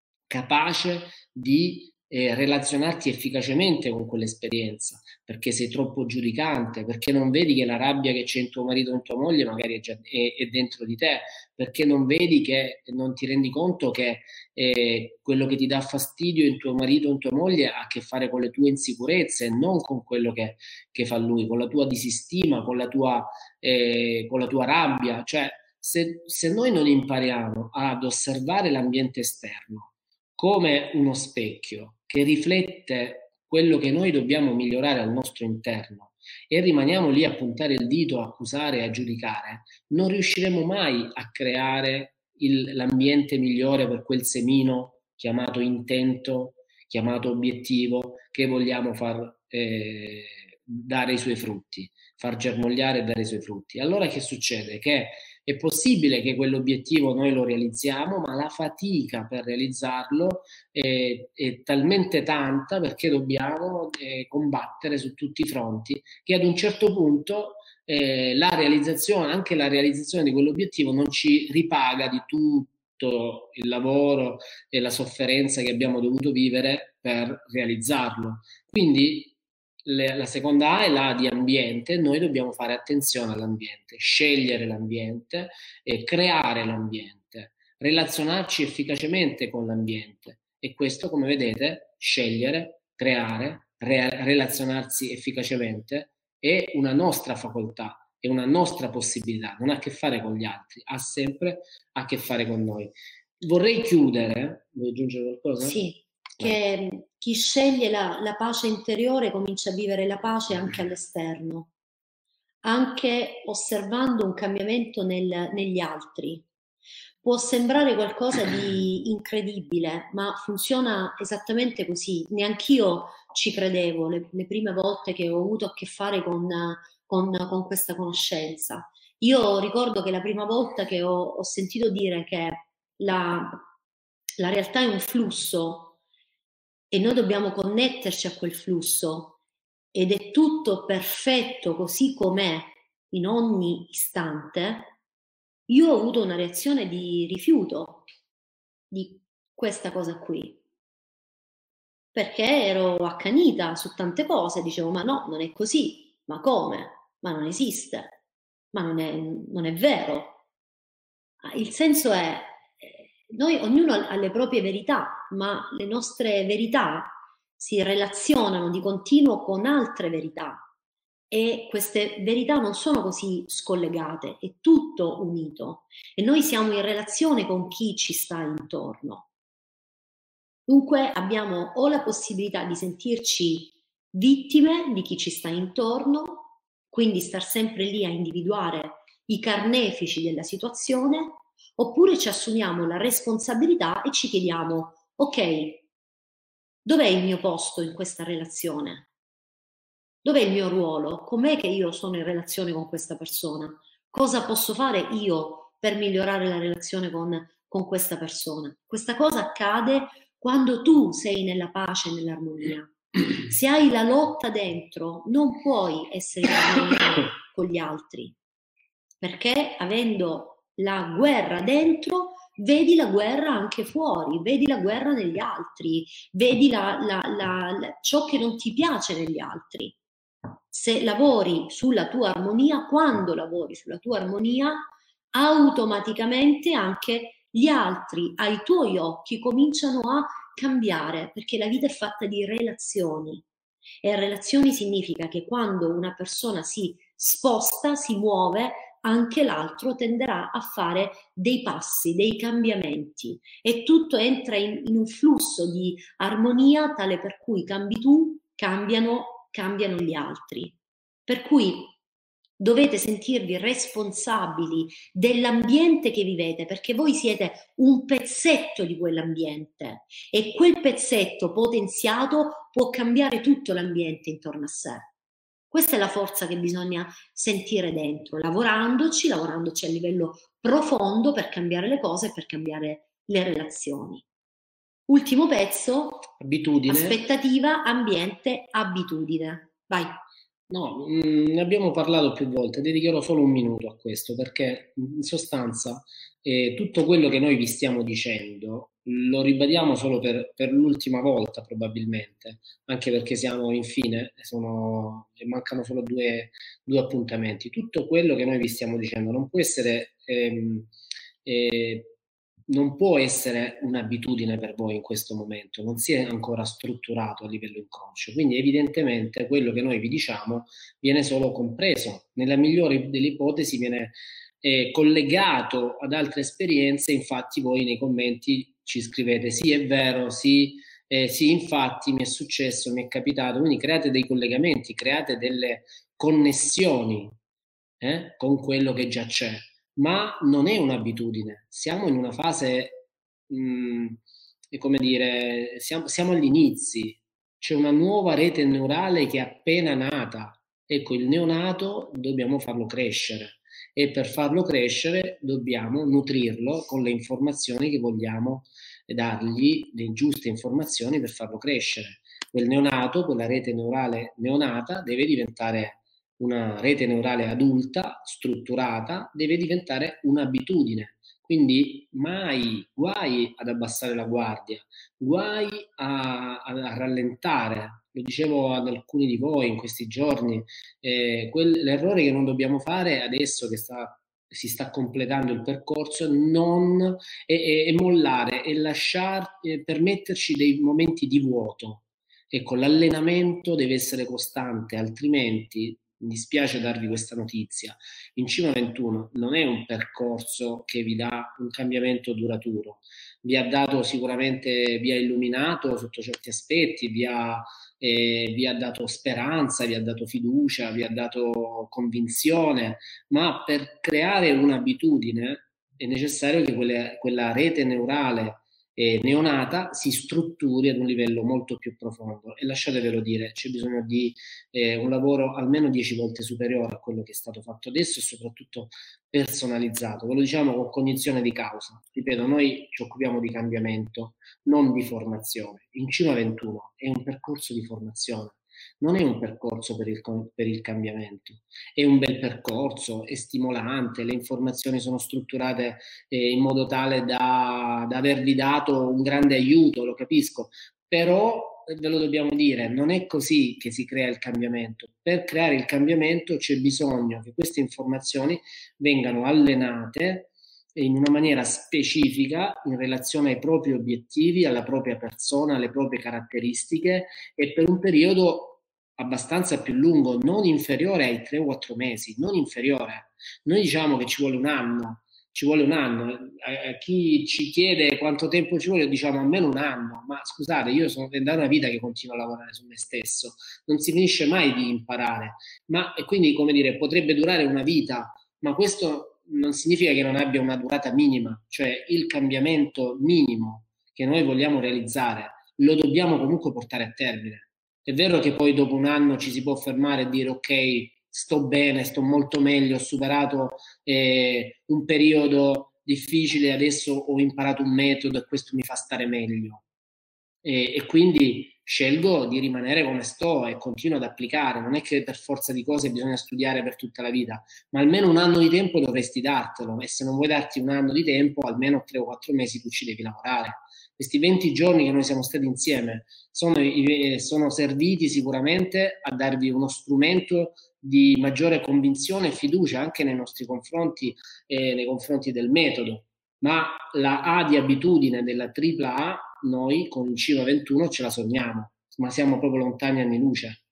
capace di eh, relazionarti efficacemente con quell'esperienza, perché sei troppo giudicante, perché non vedi che la rabbia che c'è in tuo marito o in tua moglie magari è, già, è, è dentro di te, perché non vedi che, non ti rendi conto che eh, quello che ti dà fastidio in tuo marito o in tua moglie ha a che fare con le tue insicurezze e non con quello che, che fa lui, con la tua disistima, con la tua, eh, con la tua rabbia. Cioè, se, se noi non impariamo ad osservare l'ambiente esterno come uno specchio che riflette quello che noi dobbiamo migliorare al nostro interno e rimaniamo lì a puntare il dito, a accusare e a giudicare, non riusciremo mai a creare il, l'ambiente migliore per quel semino chiamato intento, chiamato obiettivo, che vogliamo far eh, dare i suoi frutti, far germogliare e dare i suoi frutti. Allora che succede? Che è possibile che quell'obiettivo noi lo realizziamo, ma la fatica per realizzarlo è, è talmente tanta, perché dobbiamo eh, combattere su tutti i fronti, che ad un certo punto eh, la realizzazione, anche la realizzazione di quell'obiettivo non ci ripaga di tutto il lavoro e la sofferenza che abbiamo dovuto vivere per realizzarlo. Quindi le, la seconda A è la di ambiente. Noi dobbiamo fare attenzione all'ambiente, scegliere l'ambiente e creare l'ambiente, relazionarci efficacemente con l'ambiente, e questo, come vedete, scegliere, creare, re- relazionarsi efficacemente è una nostra facoltà, è una nostra possibilità, non ha a che fare con gli altri, ha sempre a che fare con noi. Vorrei chiudere, vuoi aggiungere qualcosa? Sì, che chi sceglie la, la pace interiore comincia a vivere la pace anche all'esterno, anche osservando un cambiamento nel, negli altri. Può sembrare qualcosa di incredibile, ma funziona esattamente così. Neanch'io ci credevo le, le prime volte che ho avuto a che fare con, con, con questa conoscenza. Io ricordo che la prima volta che ho, ho sentito dire che la, la realtà è un flusso e noi dobbiamo connetterci a quel flusso ed è tutto perfetto così com'è in ogni istante, io ho avuto una reazione di rifiuto di questa cosa qui, perché ero accanita su tante cose, dicevo ma no, non è così, ma come? Ma non esiste, ma non è, non è vero. Il senso è, noi ognuno ha le proprie verità, ma le nostre verità si relazionano di continuo con altre verità e queste verità non sono così scollegate, è tutto unito e noi siamo in relazione con chi ci sta intorno. Dunque abbiamo o la possibilità di sentirci vittime di chi ci sta intorno, quindi star sempre lì a individuare i carnefici della situazione, oppure ci assumiamo la responsabilità e ci chiediamo, ok, dov'è il mio posto in questa relazione? Dov'è il mio ruolo? Com'è che io sono in relazione con questa persona? Cosa posso fare io per migliorare la relazione con, con questa persona? Questa cosa accade quando tu sei nella pace e nell'armonia. Se hai la lotta dentro, non puoi essere in armonia con gli altri, perché avendo la guerra dentro, vedi la guerra anche fuori, vedi la guerra negli altri, vedi la, la, la, la, ciò che non ti piace negli altri. Se lavori sulla tua armonia, quando lavori sulla tua armonia, automaticamente anche gli altri ai tuoi occhi cominciano a cambiare, perché la vita è fatta di relazioni e relazioni significa che quando una persona si sposta, si muove, anche l'altro tenderà a fare dei passi, dei cambiamenti e tutto entra in, in un flusso di armonia tale per cui cambi tu, cambiano, cambiano gli altri. Per cui dovete sentirvi responsabili dell'ambiente che vivete, perché voi siete un pezzetto di quell'ambiente e quel pezzetto potenziato può cambiare tutto l'ambiente intorno a sé. Questa è la forza che bisogna sentire dentro, lavorandoci, lavorandoci a livello profondo per cambiare le cose e per cambiare le relazioni. Ultimo pezzo, abitudine. Aspettativa, ambiente, abitudine. Vai. No, mh, ne abbiamo parlato più volte, dedicherò solo un minuto a questo, perché in sostanza eh, tutto quello che noi vi stiamo dicendo lo ribadiamo solo per, per l'ultima volta probabilmente, anche perché siamo infine, sono, mancano solo due, due appuntamenti. Tutto quello che noi vi stiamo dicendo non può essere... Ehm, eh, non può essere un'abitudine per voi in questo momento, non si è ancora strutturato a livello inconscio, quindi evidentemente quello che noi vi diciamo viene solo compreso, nella migliore delle ipotesi viene eh, collegato ad altre esperienze. Infatti voi nei commenti ci scrivete sì è vero, sì, eh, sì infatti mi è successo, mi è capitato, quindi create dei collegamenti, create delle connessioni eh, con quello che già c'è. Ma non è un'abitudine, siamo in una fase mh, è come dire, siamo, siamo agli inizi, c'è una nuova rete neurale che è appena nata. Ecco, il neonato dobbiamo farlo crescere e per farlo crescere dobbiamo nutrirlo con le informazioni che vogliamo dargli, le giuste informazioni per farlo crescere. Quel neonato, quella rete neurale neonata deve diventare una rete neurale adulta, strutturata, deve diventare un'abitudine. Quindi mai, guai ad abbassare la guardia, guai a, a rallentare. Lo dicevo ad alcuni di voi in questi giorni, eh, quel, l'errore che non dobbiamo fare adesso che sta, si sta completando il percorso non è, è, è mollare e lasciar, eh, permetterci dei momenti di vuoto. Ecco, l'allenamento deve essere costante, altrimenti mi dispiace darvi questa notizia. In CIMA ventuno non è un percorso che vi dà un cambiamento duraturo. Vi ha dato sicuramente, vi ha illuminato sotto certi aspetti, vi ha, eh, vi ha dato speranza, vi ha dato fiducia, vi ha dato convinzione, ma per creare un'abitudine è necessario che quelle, quella rete neurale Eh, neonata si strutturi ad un livello molto più profondo e lasciatevelo dire, c'è bisogno di eh, un lavoro almeno dieci volte superiore a quello che è stato fatto adesso e soprattutto personalizzato, ve lo diciamo con cognizione di causa. Ripeto, noi ci occupiamo di cambiamento, non di formazione. In CIMA ventuno è un percorso di formazione, non è un percorso per il, per il cambiamento, è un bel percorso, è stimolante, le informazioni sono strutturate eh, in modo tale da, da avervi dato un grande aiuto, lo capisco, però ve lo dobbiamo dire, non è così che si crea il cambiamento. Per creare il cambiamento c'è bisogno che queste informazioni vengano allenate in una maniera specifica in relazione ai propri obiettivi, alla propria persona, alle proprie caratteristiche e per un periodo abbastanza più lungo, non inferiore ai tre o quattro mesi, non inferiore. Noi diciamo che ci vuole un anno, ci vuole un anno. A chi ci chiede quanto tempo ci vuole, diciamo almeno un anno, ma scusate, io sono da una vita che continuo a lavorare su me stesso, non si finisce mai di imparare, ma e quindi, come dire, potrebbe durare una vita, ma questo non significa che non abbia una durata minima, cioè il cambiamento minimo che noi vogliamo realizzare lo dobbiamo comunque portare a termine. È vero che poi dopo un anno ci si può fermare e dire ok, sto bene, sto molto meglio, ho superato eh, un periodo difficile, adesso ho imparato un metodo e questo mi fa stare meglio. E, e quindi scelgo di rimanere come sto e continuo ad applicare. Non è che per forza di cose bisogna studiare per tutta la vita, ma almeno un anno di tempo dovresti dartelo, e se non vuoi darti un anno di tempo, almeno tre o quattro mesi tu ci devi lavorare. Questi venti giorni che noi siamo stati insieme sono, sono serviti sicuramente a darvi uno strumento di maggiore convinzione e fiducia anche nei nostri confronti e nei confronti del metodo, ma la A di abitudine della tripla A noi con il CIMA ventuno ce la sogniamo, ma siamo proprio lontani anni luce.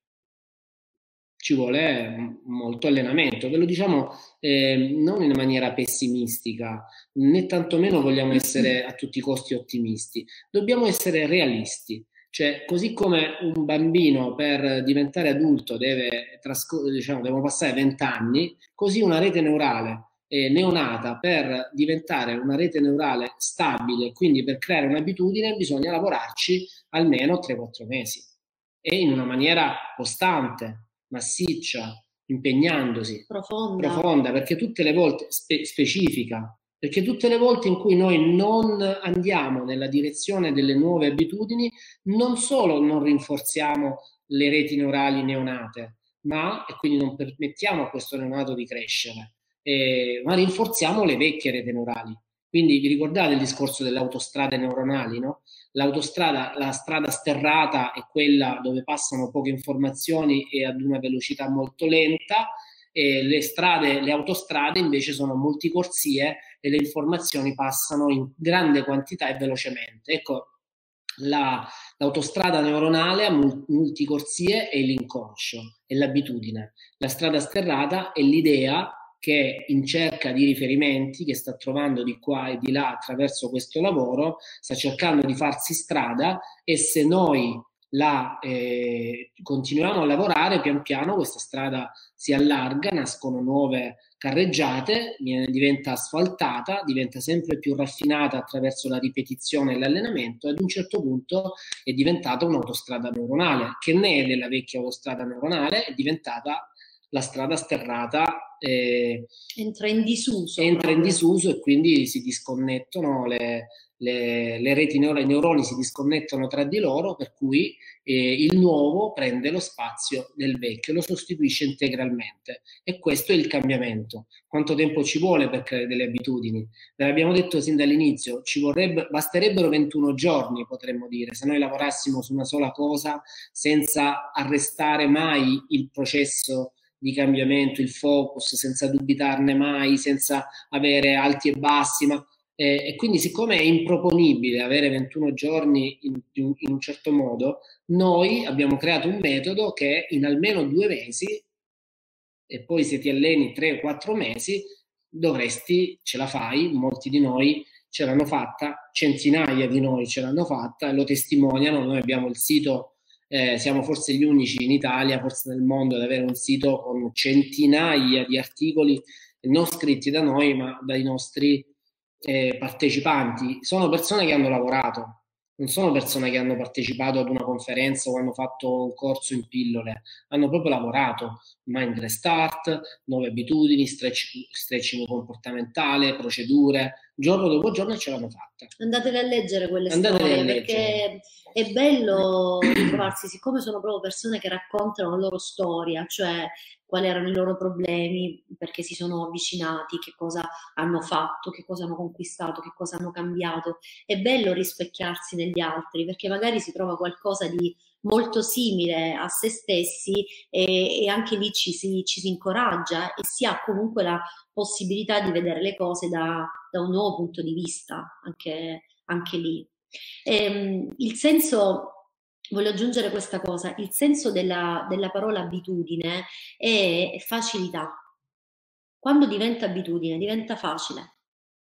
Ci vuole molto allenamento, ve lo diciamo eh, non in maniera pessimistica, né tantomeno vogliamo essere a tutti i costi ottimisti, dobbiamo essere realisti. Cioè, così come un bambino per diventare adulto deve, trascor- diciamo, devono passare vent'anni, così una rete neurale eh, neonata per diventare una rete neurale stabile, quindi per creare un'abitudine bisogna lavorarci almeno tre quattro mesi e in una maniera costante, massiccia, impegnandosi, profonda, profonda perché tutte le volte spe- specifica, perché tutte le volte in cui noi non andiamo nella direzione delle nuove abitudini, non solo non rinforziamo le reti neurali neonate, ma e quindi non permettiamo a questo neonato di crescere, eh, ma rinforziamo le vecchie reti neurali. Quindi vi ricordate il discorso delle autostrade neuronali, no? L'autostrada, la strada sterrata è quella dove passano poche informazioni e ad una velocità molto lenta, e le strade, le autostrade invece sono multicorsie e le informazioni passano in grande quantità e velocemente. Ecco, la, l'autostrada neuronale a multicorsie è l'inconscio, è l'abitudine. La strada sterrata è l'idea che in cerca di riferimenti, che sta trovando di qua e di là attraverso questo lavoro, sta cercando di farsi strada, e se noi la eh, continuiamo a lavorare, pian piano questa strada si allarga, nascono nuove carreggiate, diventa asfaltata, diventa sempre più raffinata attraverso la ripetizione e l'allenamento, e ad un certo punto è diventata un'autostrada neuronale, che ne è della vecchia autostrada neuronale, è diventata la strada sterrata. Eh, entra in disuso. Entra in disuso e quindi si disconnettono le, le, le reti neurali, i neuroni si disconnettono tra di loro, per cui eh, il nuovo prende lo spazio del vecchio, lo sostituisce integralmente, e questo è il cambiamento. Quanto tempo ci vuole per creare delle abitudini? Ve l'abbiamo detto sin dall'inizio, ci vorrebbe, basterebbero ventuno giorni, potremmo dire, se noi lavorassimo su una sola cosa senza arrestare mai il processo di cambiamento, il focus, senza dubitarne mai, senza avere alti e bassi, ma, eh, e quindi siccome è improponibile avere ventuno giorni in, in un certo modo, noi abbiamo creato un metodo che in almeno due mesi, e poi se ti alleni tre o quattro mesi, dovresti, ce la fai, molti di noi ce l'hanno fatta, centinaia di noi ce l'hanno fatta e lo testimoniano. Noi abbiamo il sito, Eh, siamo forse gli unici in Italia, forse nel mondo, ad avere un sito con centinaia di articoli non scritti da noi, ma dai nostri eh, partecipanti. Sono persone che hanno lavorato, non sono persone che hanno partecipato ad una conferenza o hanno fatto un corso in pillole, hanno proprio lavorato. Mind Restart, nuove abitudini, stretch, stretching comportamentale, procedure, giorno dopo giorno, e ce l'hanno fatta. Andatele a leggere quelle Andatele storie, a leggere. Perché è bello ritrovarsi, siccome sono proprio persone che raccontano la loro storia, cioè quali erano i loro problemi, perché si sono avvicinati, che cosa hanno fatto, che cosa hanno conquistato, che cosa hanno cambiato. È bello rispecchiarsi negli altri, perché magari si trova qualcosa di molto simile a se stessi e, e anche lì ci si, ci si incoraggia e si ha comunque la possibilità di vedere le cose da, da un nuovo punto di vista, anche, anche lì. E, il senso... Voglio aggiungere questa cosa, il senso della, della parola abitudine è, è facilità. Quando diventa abitudine, diventa facile.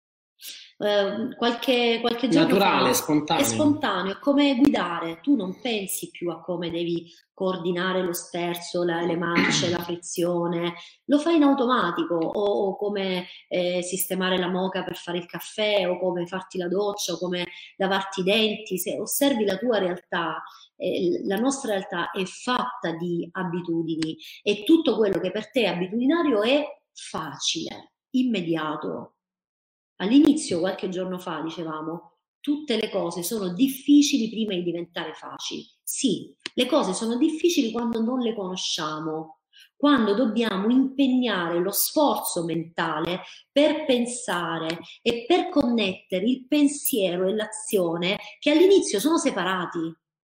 Eh, qualche, qualche giorno naturale, fa, spontaneo. È spontaneo, è come guidare. Tu non pensi più a come devi coordinare lo sterzo, la, le marce, la frizione, lo fai in automatico, o, o come eh, sistemare la moka per fare il caffè, o come farti la doccia, o come lavarti i denti. Se osservi la tua realtà, eh, la nostra realtà è fatta di abitudini, e tutto quello che per te è abitudinario è facile, immediato. All'inizio, qualche giorno fa, dicevamo, tutte le cose sono difficili prima di diventare facili. Sì, le cose sono difficili quando non le conosciamo, quando dobbiamo impegnare lo sforzo mentale per pensare e per connettere il pensiero e l'azione, che all'inizio sono separati.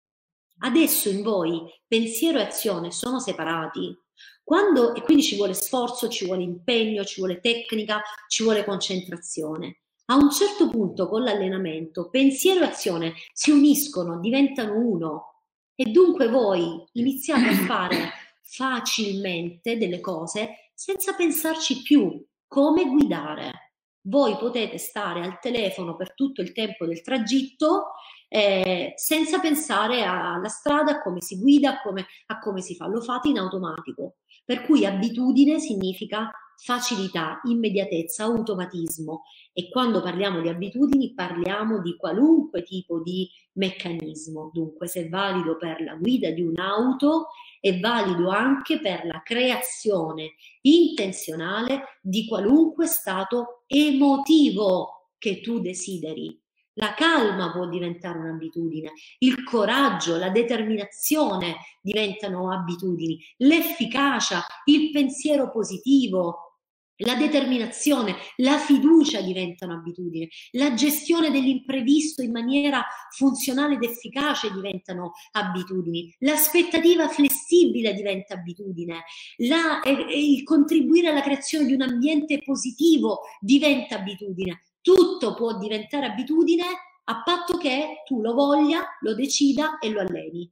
Adesso in voi pensiero e azione sono separati. Quando, e quindi ci vuole sforzo, ci vuole impegno, ci vuole tecnica, ci vuole concentrazione. A un certo punto, con l'allenamento, pensiero e azione si uniscono, diventano uno, e dunque voi iniziate a fare facilmente delle cose senza pensarci più. Come guidare. Voi potete stare al telefono per tutto il tempo del tragitto eh, senza pensare alla strada, a come si guida, a come, a come si fa. Lo fate in automatico. Per cui abitudine significa facilità, immediatezza, automatismo, e quando parliamo di abitudini parliamo di qualunque tipo di meccanismo. Dunque, se è valido per la guida di un'auto, è valido anche per la creazione intenzionale di qualunque stato emotivo che tu desideri. La calma può diventare un'abitudine, il coraggio, la determinazione diventano abitudini, l'efficacia, il pensiero positivo, la determinazione, la fiducia diventano abitudini, la gestione dell'imprevisto in maniera funzionale ed efficace diventano abitudini, l'aspettativa flessibile diventa abitudine, la, eh, il contribuire alla creazione di un ambiente positivo diventa abitudine. Tutto può diventare abitudine a patto che tu lo voglia, lo decida e lo alleni.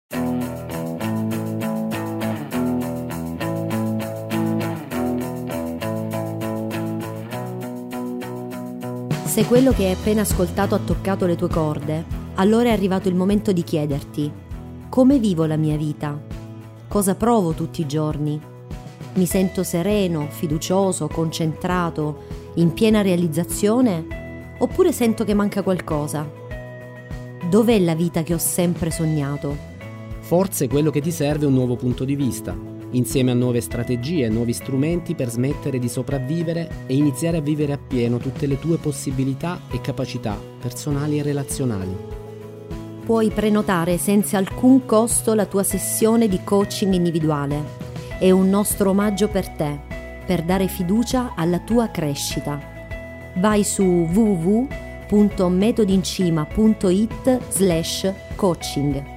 Se quello che hai appena ascoltato ha toccato le tue corde, allora è arrivato il momento di chiederti: come vivo la mia vita? Cosa provo tutti i giorni? Mi sento sereno, fiducioso, concentrato, in piena realizzazione? Oppure sento che manca qualcosa? Dov'è la vita che ho sempre sognato? Forse quello che ti serve è un nuovo punto di vista, insieme a nuove strategie, nuovi strumenti per smettere di sopravvivere e iniziare a vivere appieno tutte le tue possibilità e capacità personali e relazionali. Puoi prenotare senza alcun costo la tua sessione di coaching individuale. È un nostro omaggio per te, per dare fiducia alla tua crescita. Vai su w w w punto metodincima punto it slash coaching.